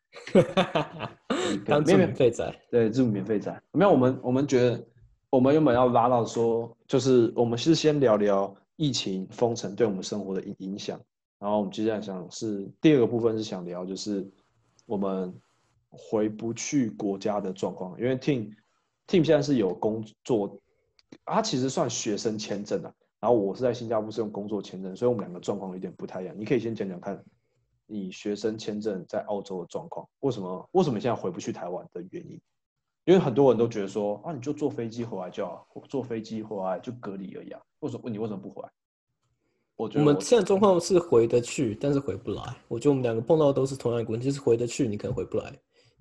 当住免费仔， 对，住免费仔。没有，我们我们觉得，我们原本要拉到说，就是我们是先聊聊疫情封城对我们生活的影响，然后我们接下来想是第二个部分是想聊，就是我们回不去国家的状况，因为 Tim Tim 现在是有工作，他其实算学生签证啊，然后我是在新加坡是用工作签证，所以我们两个状况有点不太一样。你可以先讲讲看。你学生签证在澳洲的状况，为什么为什么现在回不去台湾的原因？因为很多人都觉得说啊，你就坐飞机回来就好，坐飞机回来就隔离而已啊。为什么你为什么不回来？我觉得我们现在状况是回得去，但是回不来。我觉得我们两个碰到的都是同样的问题，就是回得去，你可能回不来，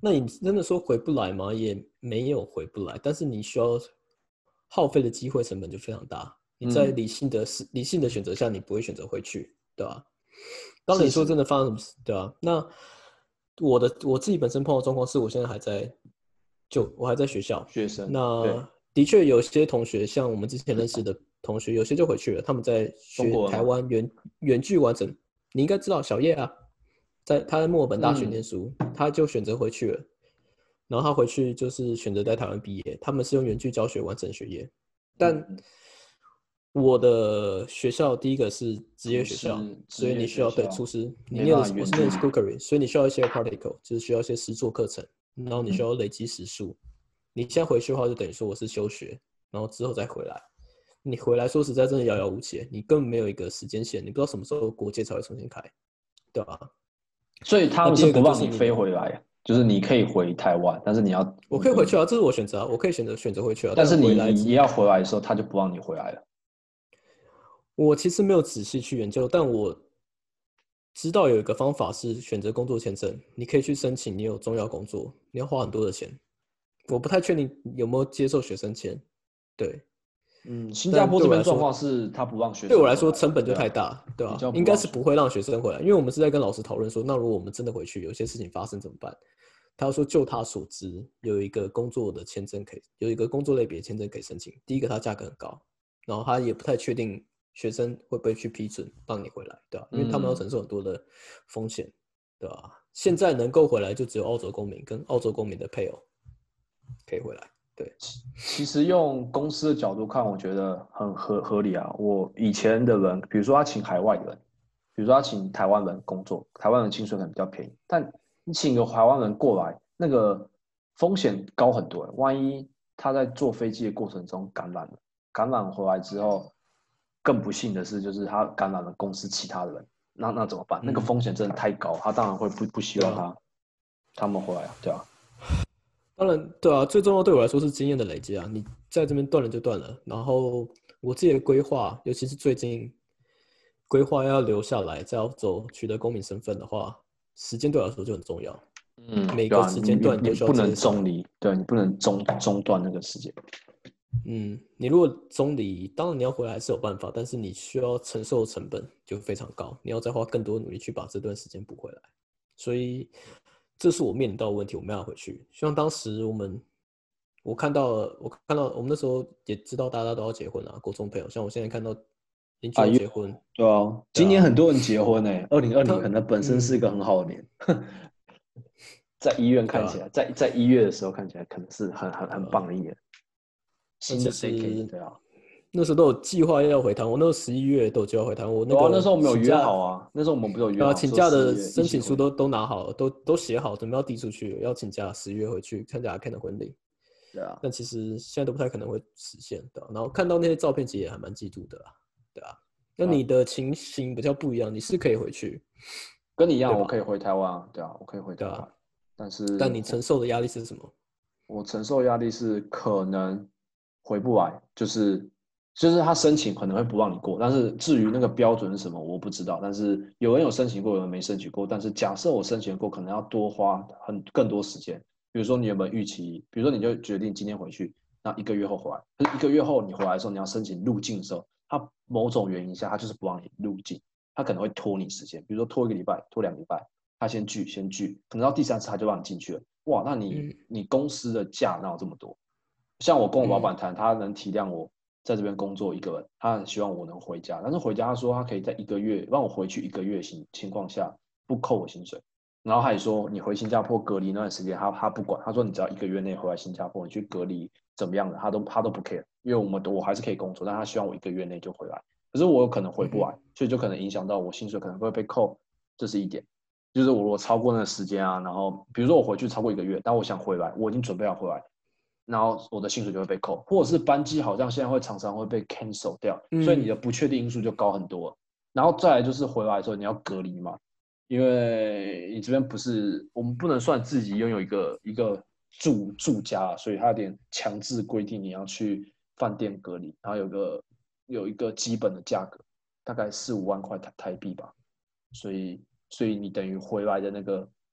那你真的说回不来吗？也没有回不来，但是你需要耗费的机会成本就非常大。你在嗯， 理性的、理性的选择下，你不会选择回去，对吧？当然事实， 你说真的发生什么事，对吧？那我的我自己本身碰到的状况是我现在还在，就我还在学校。 学生， 那对， 的确有些同学，像我们之前认识的同学，有些就回去了，他们在学台中国人嘛， 湾远远距完整。你应该知道小叶啊，在他在墨尔本大学念嗯书，他就选择回去了。然后他回去就是选择在台湾毕业，他们是用远距教学完成学业。但嗯， 我的学校第一个是职业厨学校， 师职业所以你需要对学校厨师，你没办念的是我是念的是法远距离， cookery，所以你需要一些 practical，就是需要一些实作课程，然后你需嗯， 要累积时数。你现在回去的话，就等于说我是休学，然后之后再回来。你回来说实在真的遥遥无期，你根本没有一个时间线，你不知道什么时候国界才会重新开，对吧？ 所以他们是那第二个就不让你飞是你的， 回来，就是你可以回台湾，但是你要你你， 我可以回去啊，这是我选择啊，我可以选择选择回去啊，但但是你回来之你要回来的时候，他就不让你回来了。 我其实没有仔细去研究，但我知道有一个方法是选择工作签证，你可以去申请，你有重要工作，你要花很多的钱。我不太确定有没有接受学生签，对， 嗯，新加但坡这边状对我来说， 况是他不让学对我来生回来了， 说成本就对啊， 太大，对吧、 比较不应该让学生。 是不会让学生回来，因为我们是在跟老师讨论说，那如果我们真的回去，有些事情发生怎么办？他说，就他所知，有一个工作的签证可以，有一个工作类别签证可以申请。第一个，它价格很高，然后他也不太确定学生会不会去批准让你回来，对吧？因为他们要嗯， 承受很多的风险，对吧？现在能够回来就只有澳洲公民跟澳洲公民的配偶可以回来，对， 其实用公司的角度看，我觉得很合合理啊。我以前的人，比如说他请海外人，比如说他请台湾人工作，台湾人薪水可能比较便宜，但你请个台湾人过来，那个风险高很多。万一他在坐飞机的过程中感染了，感染回来之后，更不幸的是，就是他感染了公司其他的人，那那怎么办？那个嗯， 风险真的太高，他当然会不不希对啊。 望他他们回来啊，对啊。 当然，对啊，最重要对我来说是经验的累积啊。你在这边断了就断了，然后我自己的规划，尤其是最近规划要留下来，在澳洲取得公民身份的话，时间对我来说就很重要。 嗯， 每个对啊，你你时间段你都需要你不能这些事情。 中离，对你不能中中断那个时间。 嗯，你如果中离，当然你要回来是有办法，但是你需要承受的成本就非常高，你要再花更多努力去把这段时间补回来。所以这是我面临到的问题，我没有回去。像当时我们，我看到了，我看到我们那时候也知道大家都要结婚啊，国中朋友，像我现在看到邻居啊， 要有， 结婚， 对啊，今年对啊， 很多人结婚诶，二零二零他可能本身是一嗯， 个很好的年，在医院对啊， 看起来，在在一月的时候看起来可能是很很很棒对啊， 的一年， 那其新的 decade， 实对啊， 那时候都有计划要回台湾，我那时候十一月都有计划回台湾，我那有啊，那个时候我们有约请假好啊，那时候我们不是有约对啊， 好说请假的十一月一申起回， 请书都都拿好了，都都写好，准备要递出去，要请假十月回去参加阿 Ken 的婚礼。 对啊， 但其实现在都不太可能会实现的。然后看到那些照片，其实也还蛮嫉妒的啦，对啊。那对啊， 你的情形比较不一样，你是可以回去， 跟你一样， 对吧？ 我可以回台湾啊，对啊，我可以回台对啊。 湾，但是但你承受的压力是什么？ 我承受压力是可能回不来，就是就是他申请可能会不让你过，但是至于那个标准是什么，我不知道。但是有人有申请过，有人没申请过。但是假设我申请过，可能要多花很更多时间。比如说你有没有预期？比如说你就决定今天回去，那一个月后回来。可是一个月后你回来的时候，你要申请入境的时候，他某种原因下他就是不让你入境，他可能会拖你时间，比如说拖一个礼拜，拖两个礼拜，他先拒先拒，可能到第三次他就让你进去了。哇，那你嗯你公司的假哪有这么多？像我跟我老嗯板谈，他能体谅我在这边工作一个人，他很希望我能回家，但是回家他说他可以在一个月让我回去一个月情情况下不扣我薪水，然后他也说你回新加坡隔离那段时间他他不管，他说你只要一个月内回来新加坡，你去隔离怎么样的，他都他都不 care，因为我们我还是可以工作，但他希望我一个月内就回来，可是我有可能回不来， 嗯哼所以就可能影响到我薪水可能会被扣，这是一点。就是我如果超过那个时间啊，然后比如说我回去超过一个月，但我想回来，我已经准备要回来，然后我的薪水就会被扣，或者是班机好像现在会常常会被 cancel 掉，所以你的嗯不确定因素就高很多。然后再来就是回来的时候你要隔离嘛，因为你这边不是我们不能算自己拥有一个一个住住家，所以它有点强制规定你要去饭店隔离，然后有个有一个基本的价格，大概四五万块台台币吧，所以所以你等于回来的那个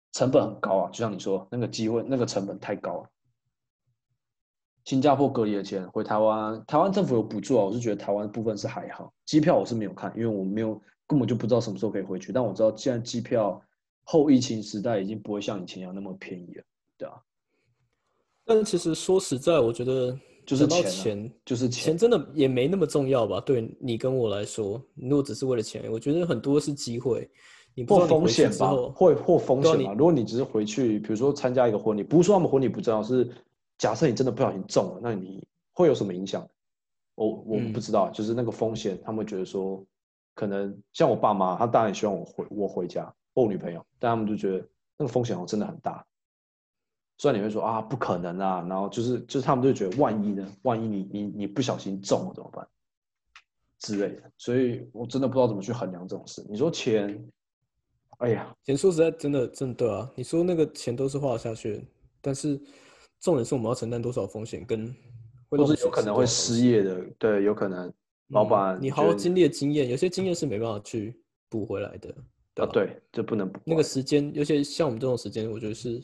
成本很高啊，就像你说那个机会那个成本太高了。新加坡隔离的钱回台湾，台湾政府有补助啊，我是觉得台湾部分是还好，机票我是没有看，因为我没有根本就不知道什么时候可以回去，但我知道现在机票后疫情时代已经不会像以前一样那么便宜了，对啊， 但其实说实在，我觉得就是讲到钱啊， 钱， 就是钱， 钱真的也没那么重要吧？对你跟我来说，如果只是为了钱，我觉得很多是机会。你不知或风道你回去险吧， 之后， 或或风对啊， 险吧。 你如果你只是回去，比如说参加一个婚礼，不是说他们婚礼不重要，是假设你真的不小心中了，那你会有什么影响？我我们不嗯， 知道，就是那个风险，他们会觉得说，可能像我爸妈，他当然希望我回我回家，或我女朋友，但他们就觉得那个风险真的很大。虽然你会说啊不可能啊，然后就是就是他们就觉得万一呢？万一你你你不小心中了怎么办之类的，所以我真的不知道怎么去衡量这种事。你说钱，哎呀， 钱说实在真的真的对啊，你说那个钱都是花得下去的，但是重点是我们要承担多少风险，跟会或让我们损失是有可能会多少东西。 失业的，对，有可能老嗯，你板觉得好好经历的经验，有些经验是没办法去补回来的，对啊， 吧？ 对，这不能那个不来。 时间，尤其像我们这种时间，我觉得是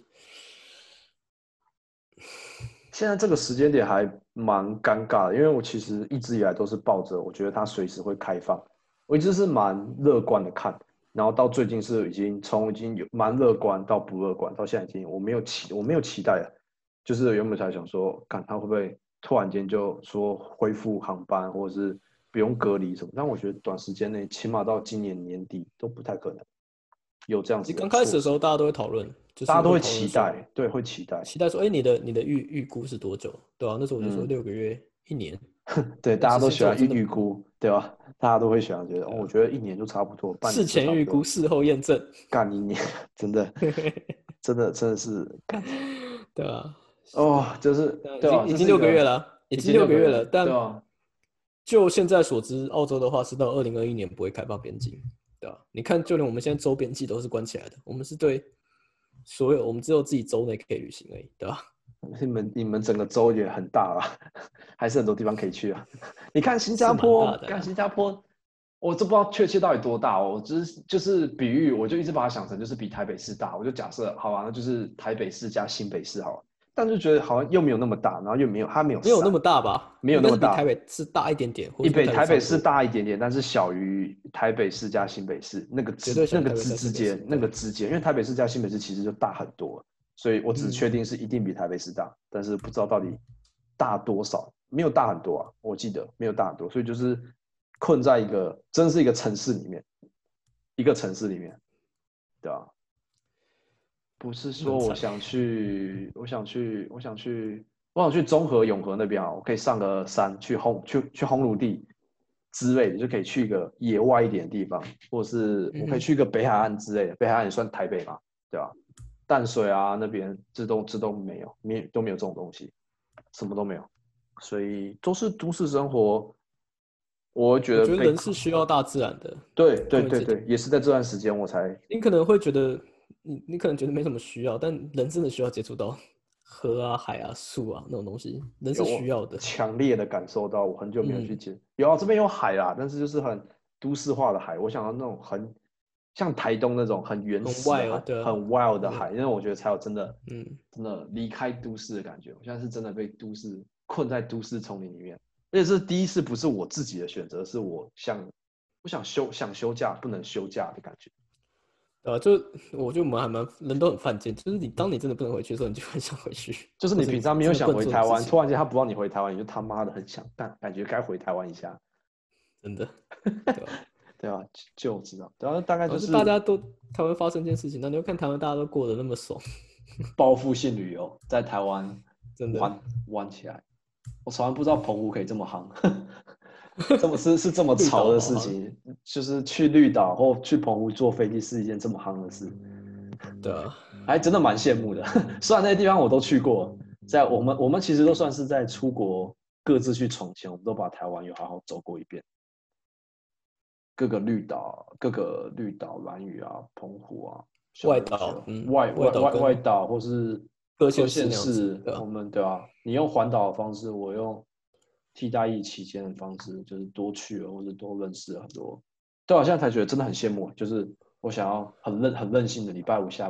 现在这个时间点还蛮尴尬的，因为我其实一直以来都是抱着我觉得它随时会开放，我一直是蛮乐观的看，然后到最近是已经从已经有蛮乐观到不乐观，到现在已经我没有期我没有期待了，就是原本才想说，看他会不会突然间就说恢复航班，或者是不用隔离什么，但我觉得短时间内，起码到今年年底都不太可能有这样子的其实刚开始措施， 的时候，大家都会讨论，就是会大家都会讨论说， 期待，对，会期待， 期待说，哎，你的你的预预估是多久？对啊，那时候我就说嗯。 六个月、一年。 对，大家但其实都喜欢预这我真的预估，对吧？大家都会喜欢觉得，哦，我觉得一年就差不多，半事年就前预估， 差不多， 事后验证， 干一年，真的，真的，真的是干对啊， 哦，就是呃，已对啊，这经已经六个月是一个了，已已经经六个月了， 六个月了，但对啊， 就现在所知，澳洲的话是到二零二一年不会开放边境，对吧？你看，就连我们现在州边境都是关起来的，我们是对所有我们只有自己州内可以旅行而已，对吧？ 你们你们整个州也很大啦，还是很多地方可以去啊。你看新加是蛮大坡，看的啊。 新加坡，我都不知道确切到底多大哦。我只是就是比喻，我就一直把它想成就是比台北市大。我就假设，好吧，那就是台北市加新北市好了。但是觉得好像又没有那么大，然后又没有它没有山， 没有那么大吧？ 没有应该是比台那么大。 北市大一点点，或一北是跟台北台北市差不多， 大一点点，但是小于台北市加新北市那个绝之对小于台北那个之加新北市， 之间那对啊。 个之间，因为台北市加新北市其实就大很多，所以我只确嗯， 定是一定比台北市大，但是不知道到底大多少，没有大很多啊，我记得没有大很多，所以就是困在一个真是一个城市里面，一个城市里面，对吧？不是说蛮惨。 我想去，我想去，我想去，我想去中和永和那边啊，我可以上个山去烘去去烘炉地之类的，就可以去一个野外一点的地方，或者是我可以嗯哼， 去一个北海岸之类的，北海岸也算台北嘛，对吧？淡水啊那边这都这都没有，没都没有这种东西，什么都没有，所以都是都市生活，我会觉我觉得得被， 人是需要大自然的， 对对关于这点， 对对，也是在这段时间我才你可能会觉得，你你可能觉得没什么需要，但人真的需要接触到河啊、海啊、树啊那种东西，人是需有要的。 强烈的感受到，我很久没有去嗯， 接，有啊，这边有海啦，但是就是很都市化的海，我想要那种很像台东那种很原很始的 wild， 海， 对啊， 很 wild 的那种， 海，因为我觉得才有真的嗯， 真的离开都市的感觉。我现在是真的被都市困在都市丛林里面，而且这第一次不是我自己的选择，是我想我想休想休假不能休假的感觉。 呃，就我觉得我们还蛮人都很犯贱，就是你当你真的不能回去的时候，你就很想回去， 就是你或者你平常没有想真的不能回台湾， 做什么事情， 突然间他不让你回台湾，你就他妈的很想，但感觉该回台湾一下。 真的，对吧？ 对啊，就知道，然后大概然后就大就是家都台湾发生一件事情，那你又看台湾大家都过得那么爽， 报复性旅游，在台湾真的， 玩玩起来。我从来不知道澎湖可以这么夯，这么是是这么绿潮的岛好像， 事情，就是去绿岛或去澎湖坐飞机是一件这么夯的事， 对啊， 还真的蛮羡慕的。虽然那些地方我都去过，在我们我们其实都算是在出国各自去闯前，我们都把台湾有好好走过一遍。各个绿岛、各个绿岛、兰屿啊、澎湖啊、小琉外岛， 球、 嗯， 外外外外外岛跟岛，或是各县市各县那样子， 市， 对啊， 我们对啊，你用环岛的方式，我用替代役期间的方式，就是多去了，或者多认识了很多。对啊，现在才觉得真的很羡慕，就是我想要很任很任性的礼拜五下班，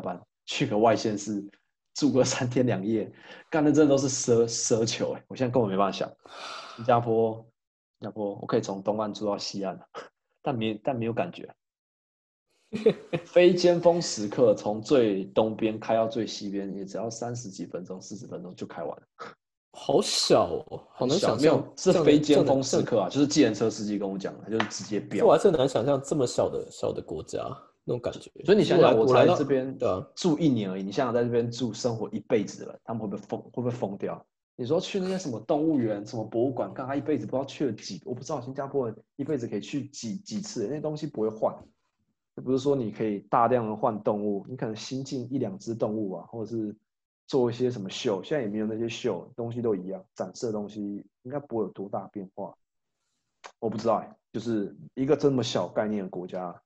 去个外县市住个三天两夜，干的真的都是奢奢求哎、欸！我现在根本没办法想，新加坡，新加坡我可以从东岸住到西岸，但没但没有感觉。非尖峰时刻，从最东边开到最西边，也只要三十几分钟、四十分钟就开完了。 好小哦，好难想象。 没有，是非尖峰时刻啊，就是计程车司机跟我讲的，就是直接飙。 我还是很难想象这么小的小的国家那种感觉。 所以你想想，我来在这边对啊住一年而已，你想想在这边住生活一辈子的人，他们会不会疯？会不会疯掉？你说去那些什么动物园、什么博物馆，看他一辈子不知道去了几，我不知道新加坡人一辈子可以去几几次，那些东西不会换。不是说你可以大量的换动物，你可能新进一两只动物啊，或者是做一些什么秀，现在也没有那些秀，东西都一样，展示的东西应该不会有多大变化。我不知道、欸，就是一个这么小概念的国家，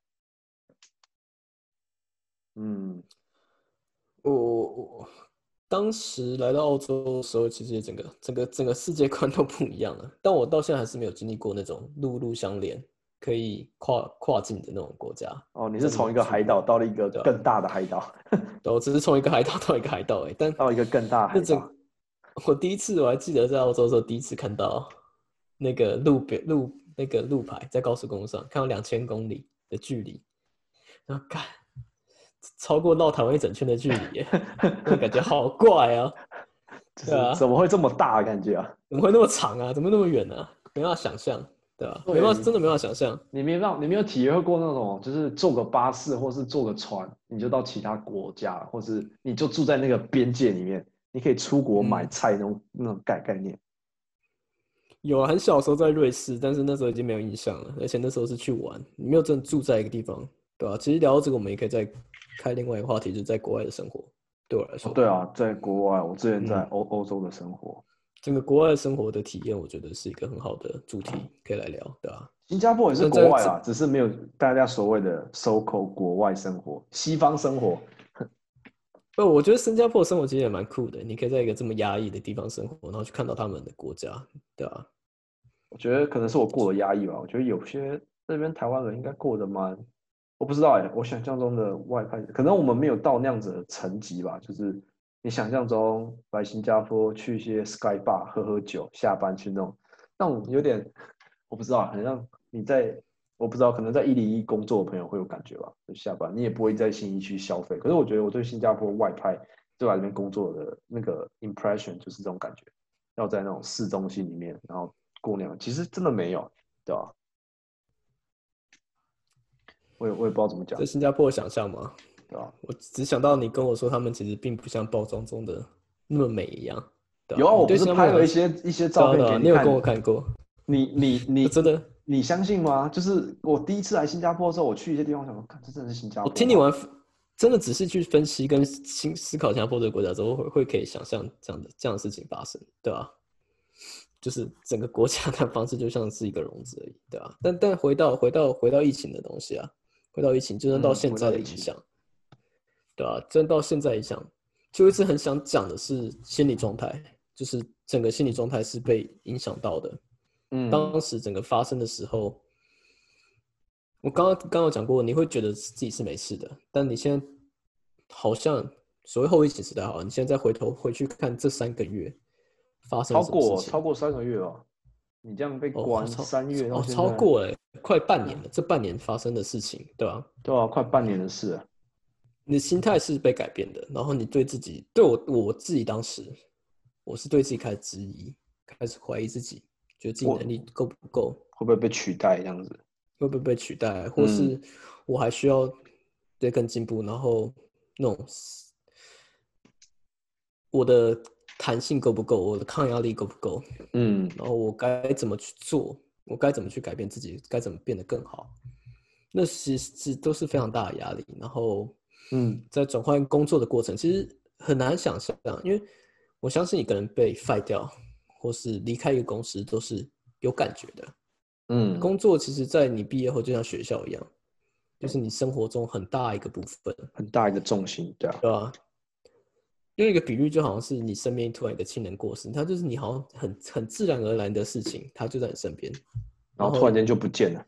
嗯， 我我当时来到澳洲的时候，其实整个整个整个世界观都不一样了。但我到现在还是没有经历过那种陆路相连、可以跨跨境的那种国家。 哦，你是从一个海岛到了一个更大的海岛， 对，我只是从一个海岛到一个海岛、欸，但到一个更大的海岛。 我第一次我还记得在澳洲的时候，第一次看到那个路边路那个路牌在高速公路上看到两千公里的距离，然后干超过绕台湾一整圈的距离耶，那感觉好怪啊！ 就是怎么会这么大的感觉啊？ 怎么会那么长啊？怎么那么远啊？没办法想象，对吧？没办法，真的没办法想象。 你没让，你没有体会过那种，就是坐个巴士或是坐个船，你就到其他国家，或是你就住在那个边界里面，你可以出国买菜那种、嗯、那种概概念。 有啊，很小的时候在瑞士，但是那时候已经没有印象了，而且那时候是去玩，没有真的住在一个地方，对吧、啊？其实聊到这个，我们也可以再开另外一个话题，就是在国外的生活。对我来说， 哦、对啊，在国外，我之前在欧、嗯、欧洲的生活， 整个国外的生活的体验，我觉得是一个很好的主题，可以来聊，对吧、啊？ 新加坡也是国外啊，只是没有大家所谓的 so-called 国外生活、西方生活。 不，我觉得新加坡的生活其实也蛮酷的，你可以在一个这么压抑的地方生活，然后去看到他们的国家，对吧、啊？ 我觉得可能是我过得压抑吧，我觉得有些这边台湾人应该过得蛮，我不知道哎、欸，我想象中的外派，可能我们没有到那样子的层级吧，就是你想象中来新加坡去一些 Sky Bar 喝喝酒，下班去那种，那种有点，我不知道，好像你在，我不知道，可能在一零一工作的朋友会有感觉吧，就下班你也不会在信义区消费，可是我觉得我对新加坡外派就来这边工作的那个 impression 就是这种感觉，要在那种市中心里面，然后过那样，其实真的没有，对吧？我也我也不知道怎么讲。 在新加坡的想象嘛， 对吧？ 我只想到你跟我说他们其实并不像包装中的那么美一样。对啊、 有啊，我不是拍了一些些一些照片给你，你有跟我看过？ 你你你真的， 你相信吗？就是我第一次来新加坡的时候，我去一些地方，想说，看这真的是新加坡。 我听你完，真的仔细去分析跟思思考新加坡这个国家之后，会会可以想象这样的这样的事情发生，对吧、啊？就是整个国家的方式就像是一个笼子而已，对吧、啊？但但回到回到回到疫情的东西啊，回到疫情，就算到现在的影响，嗯、对吧、啊？真到现在影响，就一直很想讲的是心理状态，就是整个心理状态是被影响到的。嗯，当时整个发生的时候，我刚刚刚刚有讲过，你会觉得自己是没事的，但你现在好像所谓后疫情时代好，你现在再回头回去看这三个月发生什么事情， 超过超过三个月了，你这样被关三、哦、月到哦， 现在， 超过了，快半年了。嗯、这半年发生的事情，对吧、啊？ 对啊，快半年的事了。 你的心态是被改变的，然后你对自己，对我我自己当时，我是对自己开始质疑，开始怀疑自己，觉得自己能力够不够， 会不会被取代这样子？ 会不会被取代，或是我还需要再更进步，然后那种我的弹性够不够，我的抗压力够不够，嗯，然后我该怎么去做，我该怎么去改变自己，该怎么变得更好，那其实都是非常大的压力。然后，嗯，在转换工作的过程，其实很难想象，因为我相信一个人被 fire 掉，或是离开一个公司，都是有感觉的。嗯，工作其实，在你毕业后就像学校一样，就是你生活中很大一个部分， 很大一个重心，对啊， 对吧？用一个比喻，就好像是你身边突然一个亲人过世，他就是你好像很很自然而然的事情，他就在你身边， 然后突然间就不见了。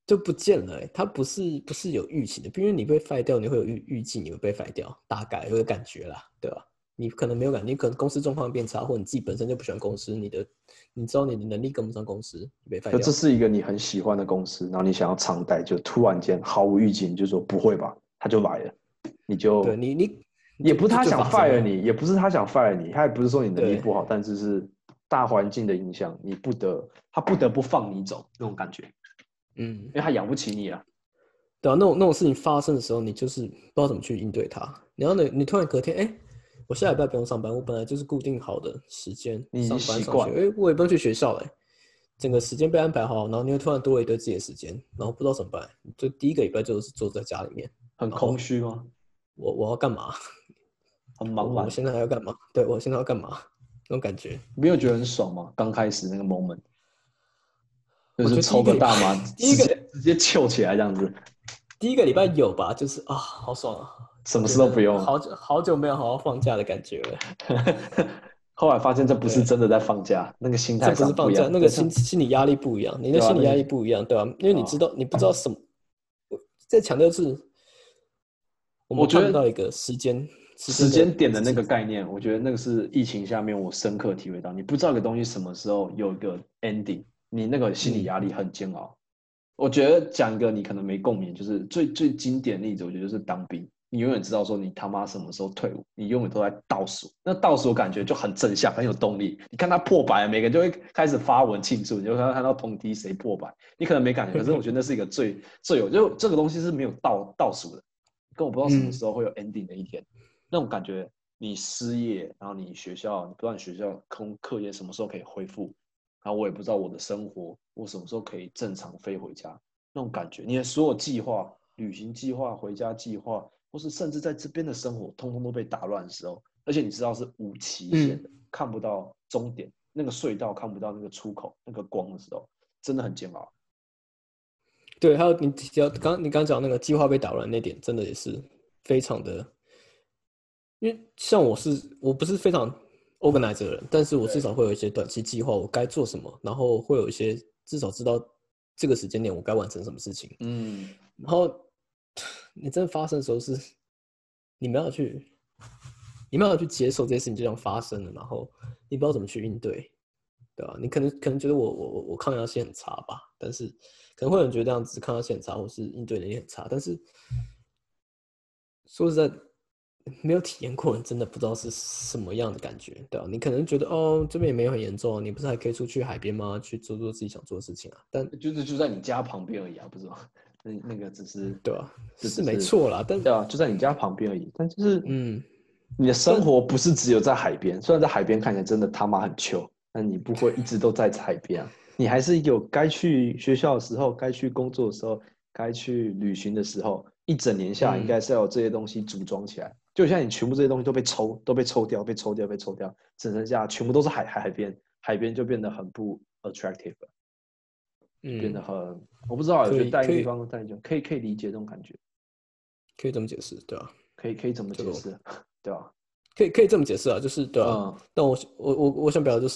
就不见了、欸。它不是不是有预期的，因为你被 fire 掉，你会有预预计你会被 fire 掉，大概有个感觉啦，对吧？你可能没有感觉，你可能公司状况变差，或者你自己本身就不喜欢公司，你的你知道你的能力跟不上公司，你被 fire 掉。 就这是一个你很喜欢的公司，然后你想要长待，就突然间毫无预警，你就说不会吧，他就来了，你就对你你你也不是他想 fire 了你，也不是他想 fire 你，他也不是说你能力对不好，但是是大环境的影响，你不得他不得不放你走那种感觉， 嗯， 因为他养不起你啊。 对啊，那种那种事情发生的时候，你就是不知道怎么去应对它。然后呢，你突然隔天，哎，我下礼拜不用上班，我本来就是固定好的时间你已经上班上学， 习惯了， 哎，我也不用去学校了，整个时间被安排好，然后你又突然多了一堆自己的时间，然后不知道怎么办，就第一个礼拜就是坐在家里面， 很然后空虚吗？ 我我要干嘛？ 很茫然， 我我现在要干嘛？对我现在要干嘛？那种感觉。 没有觉得很爽吗？刚开始那个 moment，就是我觉得第一个礼拜， 抽个大麻， 第一个直接直接翘起来这样子， 第一个礼拜有吧，就是啊，好爽啊！ 什么我觉事都不用。 得好久好久没有好好放假的感觉了。 后来发现这不是对， 真的在放假，那个心这态不是放假， 上不一样。对，这那个心心理压力不一样，你的对吧、 心理那个压力不一样，对吧、因为你知啊， 道，你不知道什么。我在强调是，我们我觉得看不到一个时间时时间的间点的那记个概念，我觉得那个是疫情下面我深刻体会到，你不知道一个东西什么时候有一个 ending，你那个心理嗯压力很煎熬。我觉得讲一个你可能没共鸣，就是最最经典的例子，我觉得就是当兵。你永远知道说你他妈什么时候退伍，你永远都在倒数。那倒数感觉就很正向，很有动力。你看他破百，每个人就会开始发文庆祝，你就看看到同梯谁破百，你可能没感觉，可是我觉得那是一个最最有，就这个东西是没有倒倒数的，跟我不知道什么嗯， 时候会有 ending 的一天，那种感觉。你失业，然后你学校，你不知道你学校空课业什么时候可以恢复，然后我也不知道我的生活我什么时候可以正常飞回家。那种感觉，你的所有计划、旅行计划、回家计划，或是甚至在这边的生活，通通都被打乱的时候，而且你知道是无期限的， 嗯， 看不到终点，那个隧道看不到那个出口、那个光的时候，真的很煎熬。 对，还有你提到刚你刚讲那个计划被打乱那点，真的也是非常的，因为像我是我不是非常 organized 的人，但是我至对， 少会有一些短期计划，我该做什么，然后会有一些至少知道这个时间点我该完成什么事情。 嗯， 然后你真的发生的时候是，你们要去，你们要去接受这些事情就这样发生了，然后你不知道怎么去应对，对吧、你可能可能觉得我我我我抗压性很差吧，但是可能会有人觉得这样子抗压性很差，或是应对能力很差，但是说实在，没有体验过，人真的不知道是什么样的感觉，对吧、你可能觉得哦，这边也没有很严重啊，你不是还可以出去海边吗？去做做自己想做的事情啊，但就是就在你家旁边而已啊，不是吗？那那个只是， 对吧、是这只是， 没错啦，但对啊，就在你家旁边而已。但就是嗯， 你的生活不是只有在海边，虽然在海边看起来真的他妈很糗，但你不会一直都在海边啊，你还是有该去学校的时候，该去工作的时候，该去旅行的时候，一整年下来应嗯， 该是要有这些东西组装起来。就像你全部这些东西都被抽，都被抽掉，被抽掉，被抽掉，只剩下全部都是海海海边，海边就变得很不 attractive 了。就变得嗯， 很，我不知道，我可觉得带一个地以可以方带就可以可以理解这种感觉， 可以这么解释，对吧、 可以可以怎么解就释，对吧？ 可以可以这么解释啊，就是对啊。 嗯， 但我我我我想表达就是，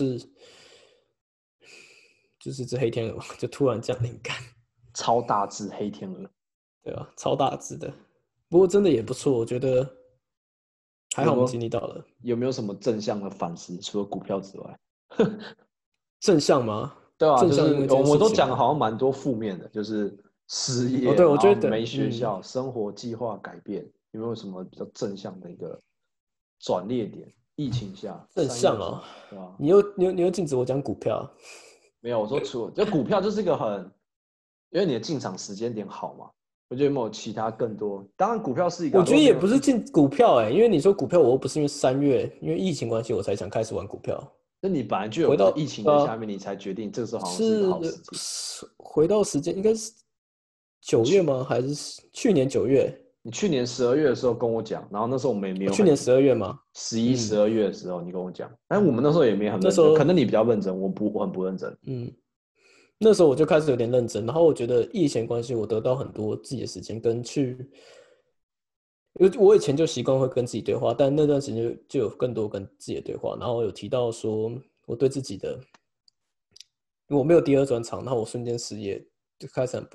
就是这黑天鹅就突然降临感， 超大只黑天鹅对吧、超大只的，不过真的也不错，我觉得还好我们经有没有历到了有没有什么正向的反思？除了股票之外， 正向吗？ 对啊， 正就是向因为这件我们都讲事情吗？ 好像蛮多负面的，就是失哦， 业， 对，我然后觉得， 没学嗯， 校，生活计划改变，有没有什么比较正向的一个转捩点？疫情下， 正三月向哦。 中，对吧？ 你又你又你又禁止我讲股票， 没有，我说除了就股票就是一个很，因为你的进场时间点好嘛，我觉得有没有其他更多？当然股票是一个啊，如我觉得也果没有疫， 不是进股票哎、因为你说股票，我又不是因为三月因为疫情关系我才想开始玩股票， 那你本来就有， 回到可是疫情的下呃面，你才决定这个时候好像是一个好时是机。 是回到时间应该是九月吗？还是去年九月？ 你去年十二月的时候跟我讲，然后那时候我们也没有很去年十二月吗？ 十一、十嗯， 二月的时候你跟我讲，但我们那时候也没很认真，可那时候能你比较认真，我不我很不认真。 嗯，那时候我就开始有点认真，然后我觉得疫情关系，我得到很多自己的时间跟去，因为我以前就习惯会跟自己对话，但那段时间就就有更多跟自己的对话，然后有提到说我对自己的，我没有第二专长，然后我瞬间失业，就开始很不安，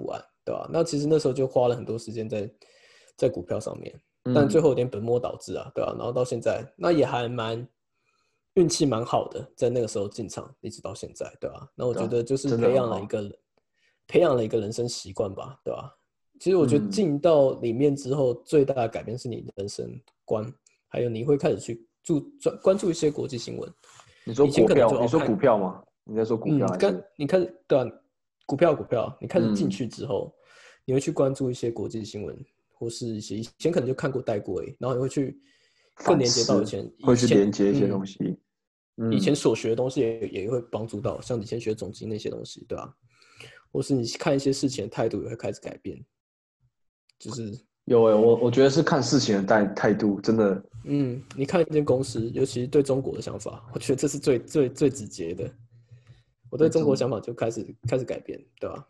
对吧、那其实那时候就花了很多时间在在股票上面， 嗯但最后有点本末倒置啊，对吧、然后到现在，那也还蛮运气蛮好的，在那个时候进场，一直到现在，对吧、那我觉对啊， 得就是真的培很好。 养了一个培养了一个人生习惯吧，对吧、其实我觉得嗯， 进到里面之后，最大的改变是你的人生观，还有你会开始去注专关注一些国际新闻。 你说以前可能股票，你说就哦看， 股票吗？你在说股票嗯，看还是？ 你看对啊，股票股票，你开始进嗯， 去之后，你会去关注一些国际新闻，或是一些以前可能就看过带过而已，然后你会去更连接到以反思， 前以会去连前接一些嗯东西。 以前嗯， 所学的东西也也会帮助到，像以前学总经那些东西，对吧、或是你看一些事情的态度也会开始改变，就是有诶，我我觉得是看事情的态态度，真的。 嗯，你看一间公司，尤其是对中国的想法，我觉得这是最最最直接的。我对中国对中， 想法就开始开始改变，对吧？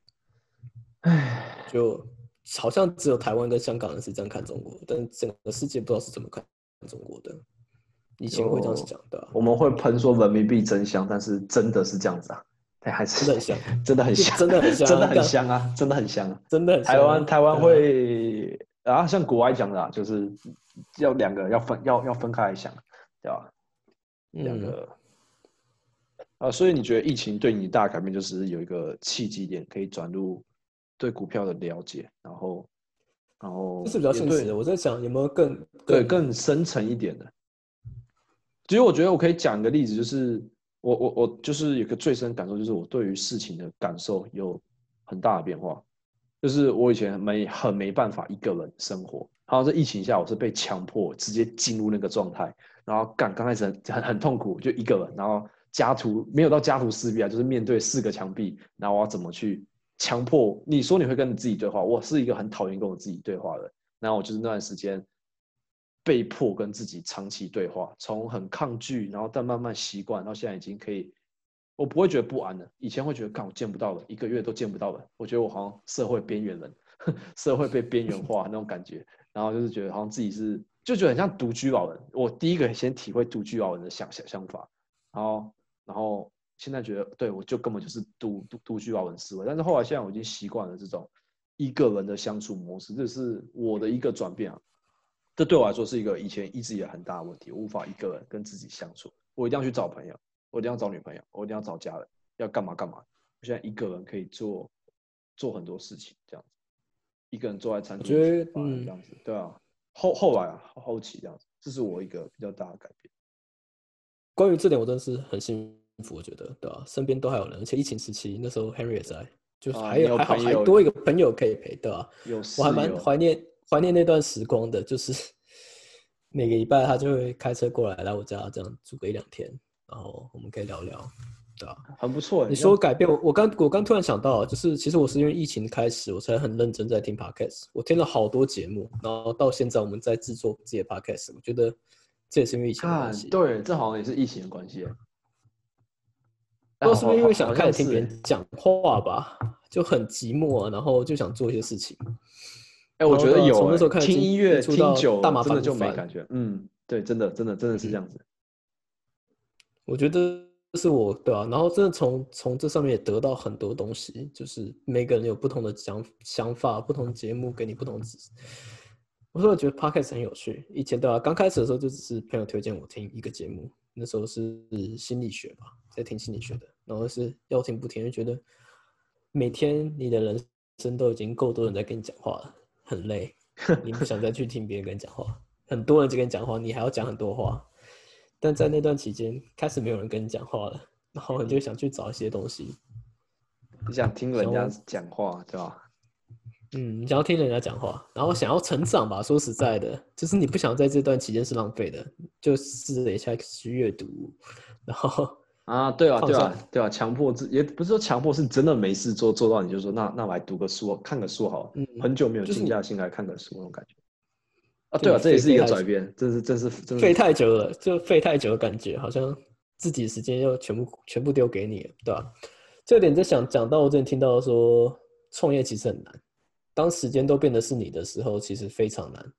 唉， 就好像只有台湾跟香港人是这样看中国，但整个世界不知道是怎么看中国的。以前会这样就想，对吧？ 我们会喷说人民币真香，但是真的是这样子啊，对，还是真的很香， 真的很就香， 真的很香啊， 真的很干香啊，真的很香啊。 真的很台香啊， 湾台湾对啊， 会啊，像国外讲的啊，就是要两个要分要要分开来想，对吧？两嗯， 个啊，所以你觉得疫情对你大的改变就是有一个契机点，可以转入对股票的了解，然后然这是后比较现实的。 也对我在想有没有更对更更深层一点的。其实我觉得我可以讲一个例子，就是我我我就是有个最深感受，就是我对于事情的感受有很大的变化。就是我以前没很没办法一个人生活，好像在疫情下我是被强迫直接进入那个状态，然后干刚开始很很很痛苦，就一个人，然后家徒没有到家徒四壁啊，就是面对四个墙壁，然后我要怎么去强迫你说你会跟你自己对话，我是一个很讨厌跟我自己对话的，然后我就是那段时间被迫跟自己长期对话，从很抗拒，然后但慢慢习惯，到现在已经可以，我不会觉得不安了。以前会觉得，干我见不到了，一个月都见不到了，我觉得我好像社会边缘人，社会被边缘化那种感觉。然后就是觉得好像自己是，就觉得很像独居老人。我第一个先体会独居老人的想想想法，然后然后现在觉得，对我就根本就是独独独居老人思维。但是后来现在我已经习惯了这种一个人的相处模式，这是我的一个转变啊。这对我来说是一个以前一直以来很大的问题，我无法一个人跟自己相处，我一定要去找朋友，我一定要找女朋友，我一定要找家人，要干嘛干嘛。我现在一个人可以做做很多事情，这样子，一个人坐在餐我厅里吃觉得，嗯， 饭这样子，对啊。后后来啊，后期这样子，这是我一个比较大的改变。 关于这点我真的是很幸福，我觉得，对吧、身边都还有人，而且疫情时期那时候 Henry 也在，就啊， 还有你有还好还朋友， 多一个朋友可以陪，对吧、 有我还蛮室友， 怀念怀念那段时光的，就是每个礼拜他就会开车过来来我家，这样住个一两天，然后我们可以聊聊，对吧、 很不错诶。 你像说改变我，我刚我刚突然想到，就是其实我是因为疫情开始，我才很认真在听 podcast，我听了好多节目，然后到现在我们在制作自己的 podcast，我觉得这也是因为疫情的关看， 系。 对，这好像也是疫情的关系诶。 不知道但好好好是不是因为想好开始听别像是诶。 人讲话吧，就很寂寞啊，然后就想做一些事情。 哎，我觉得然后对啊， 有哎， 从那时候开始听音接乐听触到大麻久了真的烦不烦， 就没感觉。嗯，对，真的真的真的是这嗯， 样子。 我觉得这是我对啊，然后真的从从这上面也得到很多东西，就是每个人有不同的想想法，不同的节目给你不同的知识。我说我觉得 podcast 很有趣，以前对啊，刚开始的时候就只是朋友推荐我听一个节目，那时候是心理学吧，在听心理学的，然后是要听不听，就觉得每天你的人生都已经够多人在跟你讲话了，很累，你不想再去听别人跟你讲话，很多人在跟你讲话，你还要讲很多话，但在那段期间开始没有人跟你讲话了，然后你就想去找一些东西， 你想听人家想要讲话，对吧？ 嗯，你想要听人家讲话，然后想要成长吧。说实在的，就是你不想在这段期间是浪费的，就试了一下去阅读，然后啊，对啊， 放下， 对啊，对啊，强迫自也不是说强迫，是真的没事做，做到你就说那那我来读个书，看个书好了， 嗯， 很久没有静就是你下心来看个书那种感觉啊。对啊，这也就你废是一废太久， 个转变，这是这是真的废是转变。 太久了，就废太久的感觉，好像自己时间又全部全部丢给你了，对吧？这点在想讲到我之前听到说，创业其实很难，当时间都变得是你的时候，其实非常难。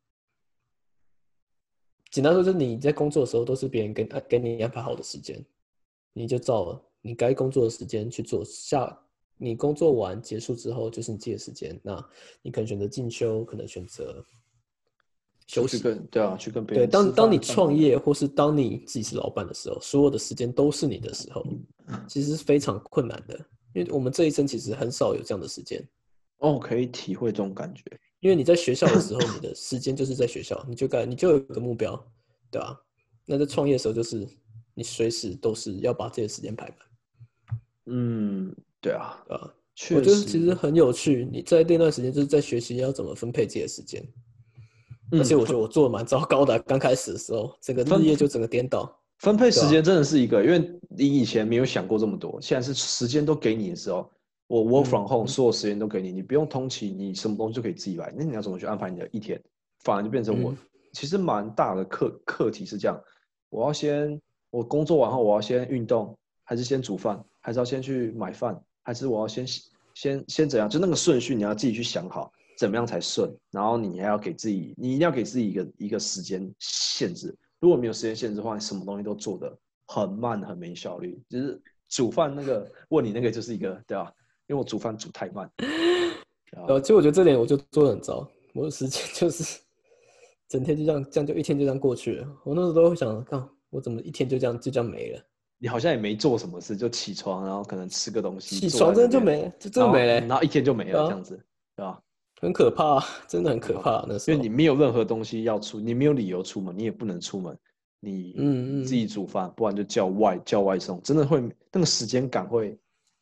简单说，就是你在工作的时候都是别人给给你安排好的时间，你就照你该工作的时间去做，下你工作完结束之后就是你自己的时间，那你可能选择进修，可能选择休息。 去跟对啊，去跟别对， 人吃饭当当你干嘛的创业或是当你自己是老板的时候，所有的时间都是你的时候，其实是非常困难的，因为我们这一生其实很少有这样的时间。 哦，可以体会这种感觉。 因为你在学校的时候，你的时间就是在学校，你就该你就有一个目标，对吧、那在创业的时候，就是你随时都是要把自己的时间排满， 嗯，对啊， 对吧、我确觉得其实实， 很有趣，你在那段时间就是在学习要怎么分配自己的时间，而嗯，分且我觉得我做的蛮糟糕的，刚开始的时候，整个日分夜就整个颠倒， 分配对吧、 时间真的是一个，因为你以前没有想过这么多，现在是时间都给你的时候，我 work 嗯 from home， 嗯所有时间都给你，你不用通勤，你什么东西就可以自己来，那你要怎么去安排你的一天？反而就变成我嗯其实蛮大的课课题是这样，我要先我工作完后我要先运动，还是先煮饭，还是要先去买饭，还是我要先先先怎样？就那个顺序你要自己去想好，怎么样才顺，然后你还要给自己，你一定要给自己一个一个时间限制。如果没有时间限制的话，你什么东西都做得很慢，很没效率。就是煮饭那个，问你那个就是一个，对吧？因为我煮饭煮太慢，对吧？ 呃，其实我觉得这点我就做的很糟，我的时间就是整天就这样，这样就一天就这样过去了。我那时候都会想，看我怎么一天就这样就这样没了。 你好像也没做什么事，就起床，然后可能吃个东西， 起床真坐在那边， 的就没了，就真然后的没了欸， 然后一天就没了，这对啊， 样子，对吧？ 很可怕啊，真的很很可怕， 可怕。那时因为你候， 没有任何东西要出，你没有理由出门，你也不能出门，你自嗯嗯， 己煮饭，不然就叫外叫外送，真的会那个时间感会，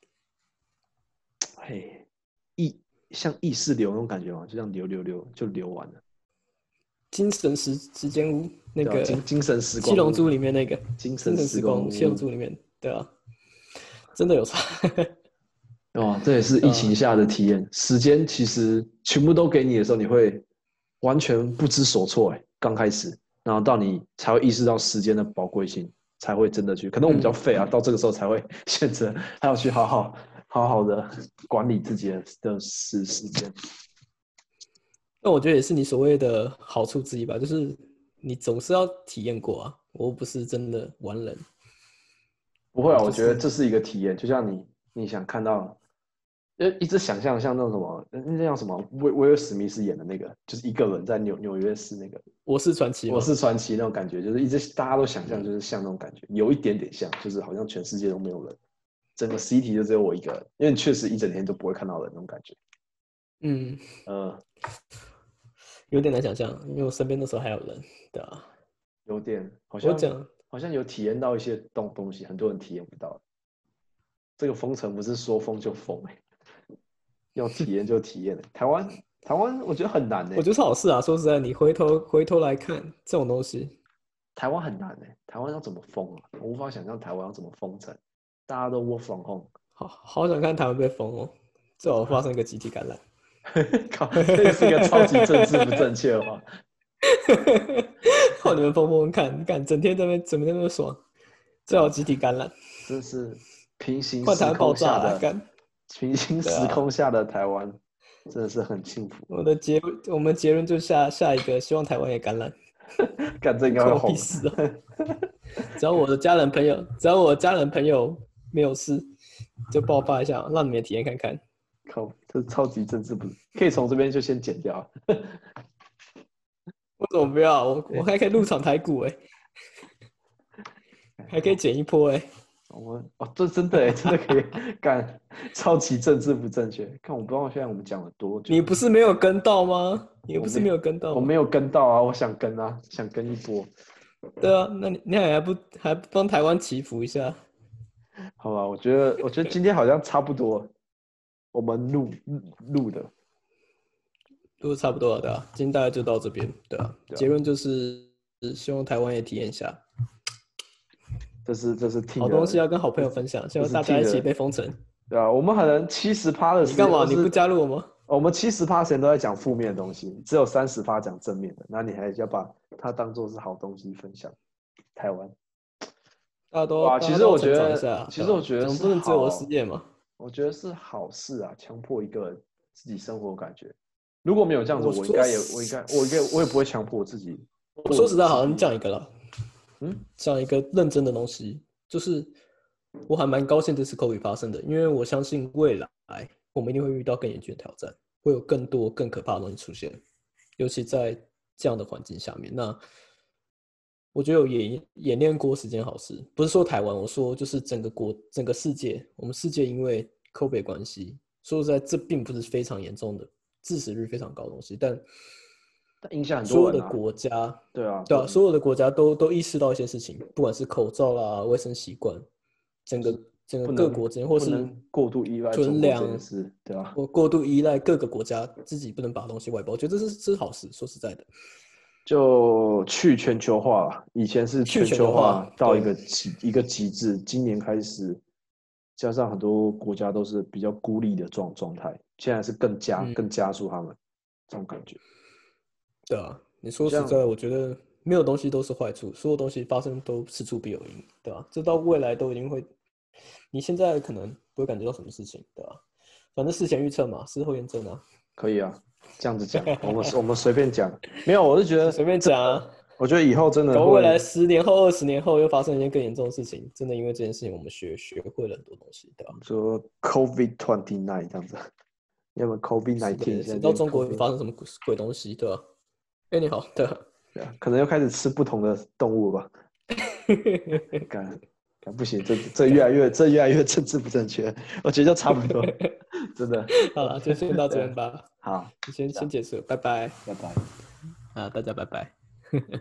嘿，意像意识流那种感觉嘛，就这样流流流就流完了， 精神时时间屋那对吧？ 个精精神时七龙光屋， 珠里面那个精神精神时光时光屋，七龙屋， 珠里面，对啊，真的有差， 哦，这也是对啊， 疫情下的体验。时间其实全部都给你的时候，你会完全不知所措。哎，刚开始，然后到你才会意识到时间的宝贵性，才会真的去。可能我们比较嗯， 废啊，到这个时候才会选择还要去好好好好的管理自己的的时时间。 那我觉得也是你所谓的好处之一吧，就是你总是要体验过啊，我又不是真的完人， 不会啊，我觉得我就是这是一个体验，就像你你想看到，呃，一直想象像那种什么，那叫什么威威尔史密斯演的那个，就是一个人在纽纽约市那个。 我是传奇嘛， 我是传奇那种感觉，就是一直大家都想象， 嗯就是像那种感觉，有一点点像，就是好像全世界都没有人，整个 city 就只有我一个人，因为确实一整天都不会看到人那种感觉。 嗯， 呃， 有点难想象，因为我身边那时候还有人，对啊， 有点好像我讲好像有体验到一些东东西，很多人体验不到。这个封城不是说封就封哎、欸要体验就体验、欸。台湾台湾我觉得很难哎、欸我觉得是好事啊。说实在，你回头回头来看这种东西， 台湾很难哎、欸台湾要怎么封啊？我无法想象台湾要怎么封城，大家都 work from home。 好好想看台湾被封哦，最好发生一个集体感染。 靠，这个是一个超级政治不正确的话。 靠你们疯疯看，看整天在那边整天在那边爽，最好集体感染， 这是平行换台湾爆时空下炸了， 的干， 平行时对啊。 空下的台湾，真的是很幸福。 我的结我们结论就下下一个，希望台湾也感染， 干这应该关我屁会红。 事哦。只要我的家人朋友，只要我的家人朋友没有事，就爆发一下，让你们也体验看看。 靠，这超级政治不可以从这边就先剪掉。 为什么不要？我我还可以入场台股哎，还可以剪一波哎。 我们哦，这真的哎，真的可以干，超级政治不正确。看我不知道现在我们讲了多久。 你不是没有跟到吗？你我没不是没有跟到吗？ 我没有跟到啊，我想跟啊，想跟一波。 对啊，那你你还不还不帮台湾祈福一下？ 好吧，我觉得我觉得今天好像差不多，我们录录的， 都差不多了，对啊，今天大概就到这边，对啊， 对啊结论就是希望台湾也体验一下这是这是听好的， 东西要跟好朋友分享，希望大家一起被封城。 对啊，我们可能七十趴的时间你干嘛？ 都是， 你不加入我吗？ 我们七十趴时间都在讲负面的东西，只有三十趴讲正面的，那你还要把它当做是好东西分享。台湾， 大家都哇， 大家都其实我觉得， 成长一下， 其对吧？ 实我觉得是总不能只有我的世好， 界嘛。 我觉得是好事啊，强迫一个人自己生活感觉。如果没有这样子， 我说我应该也，我应该，我应该，我也不会强迫我自己过我说实在，好像自己。 讲一个了， 嗯， 讲一个认真的东西，就是我还蛮高兴这次 COVID 发生的，因为我相信未来我们一定会遇到更严峻的挑战，会有更多更可怕的东西出现，尤其在这样的环境下面。那我觉得有演演练过是件好事，不是说台湾，我说就是整个国、整个世界，我们世界因为 COVID 关系，说实在，这并不是非常严重的、致死率非常高的东西，但但影响很所多人啊。 有的国家， 对啊， 对啊，所有的国家都都意识到一些事情，不管是口罩啦、卫生习惯，整个整个不能各国之间，或不是能过度依赖中存国这件粮， 事，对吧？ 或过度依赖各个国家，自己不能把东西外包，我觉得这是这是好事。说实在的， 就去全球化了，以前是去全球全球化， 化到一对， 个极一个极致，今年开始加上很多国家都是比较孤立的状状态，现在是更加嗯， 更加速他们这种感觉。 对啊，你好像说实在，我觉得没有东西都是坏处，所有东西发生都事出必有因，对吧？这到未来都一定会，你现在可能不会感觉到什么事情，对吧？反正事前预测嘛，事后验证啊， 可以啊，这样子讲，我们我们随便讲，没有，我是觉得随便真讲啊。 的，我觉得以后真的搞不好未来会十年后、二十年后又发生一件更严重的事情，真的因为这件事情，我们学学会了很多东西，对吧？ 说 COVID twenty nine 这样子，要么 COVID 是的， nineteen 现在变谁知道中国会 COVID， 发生什么鬼东西，对吧？哎，你好，对啊， 对啊，可能要开始吃不同的动物吧。干干不行，这这越来越这越来越政治不正确，我觉得就差不多，真的。 好了，就先到这对， 边吧， 好， 先这样， 先结束，拜拜拜拜。 啊，大家拜拜。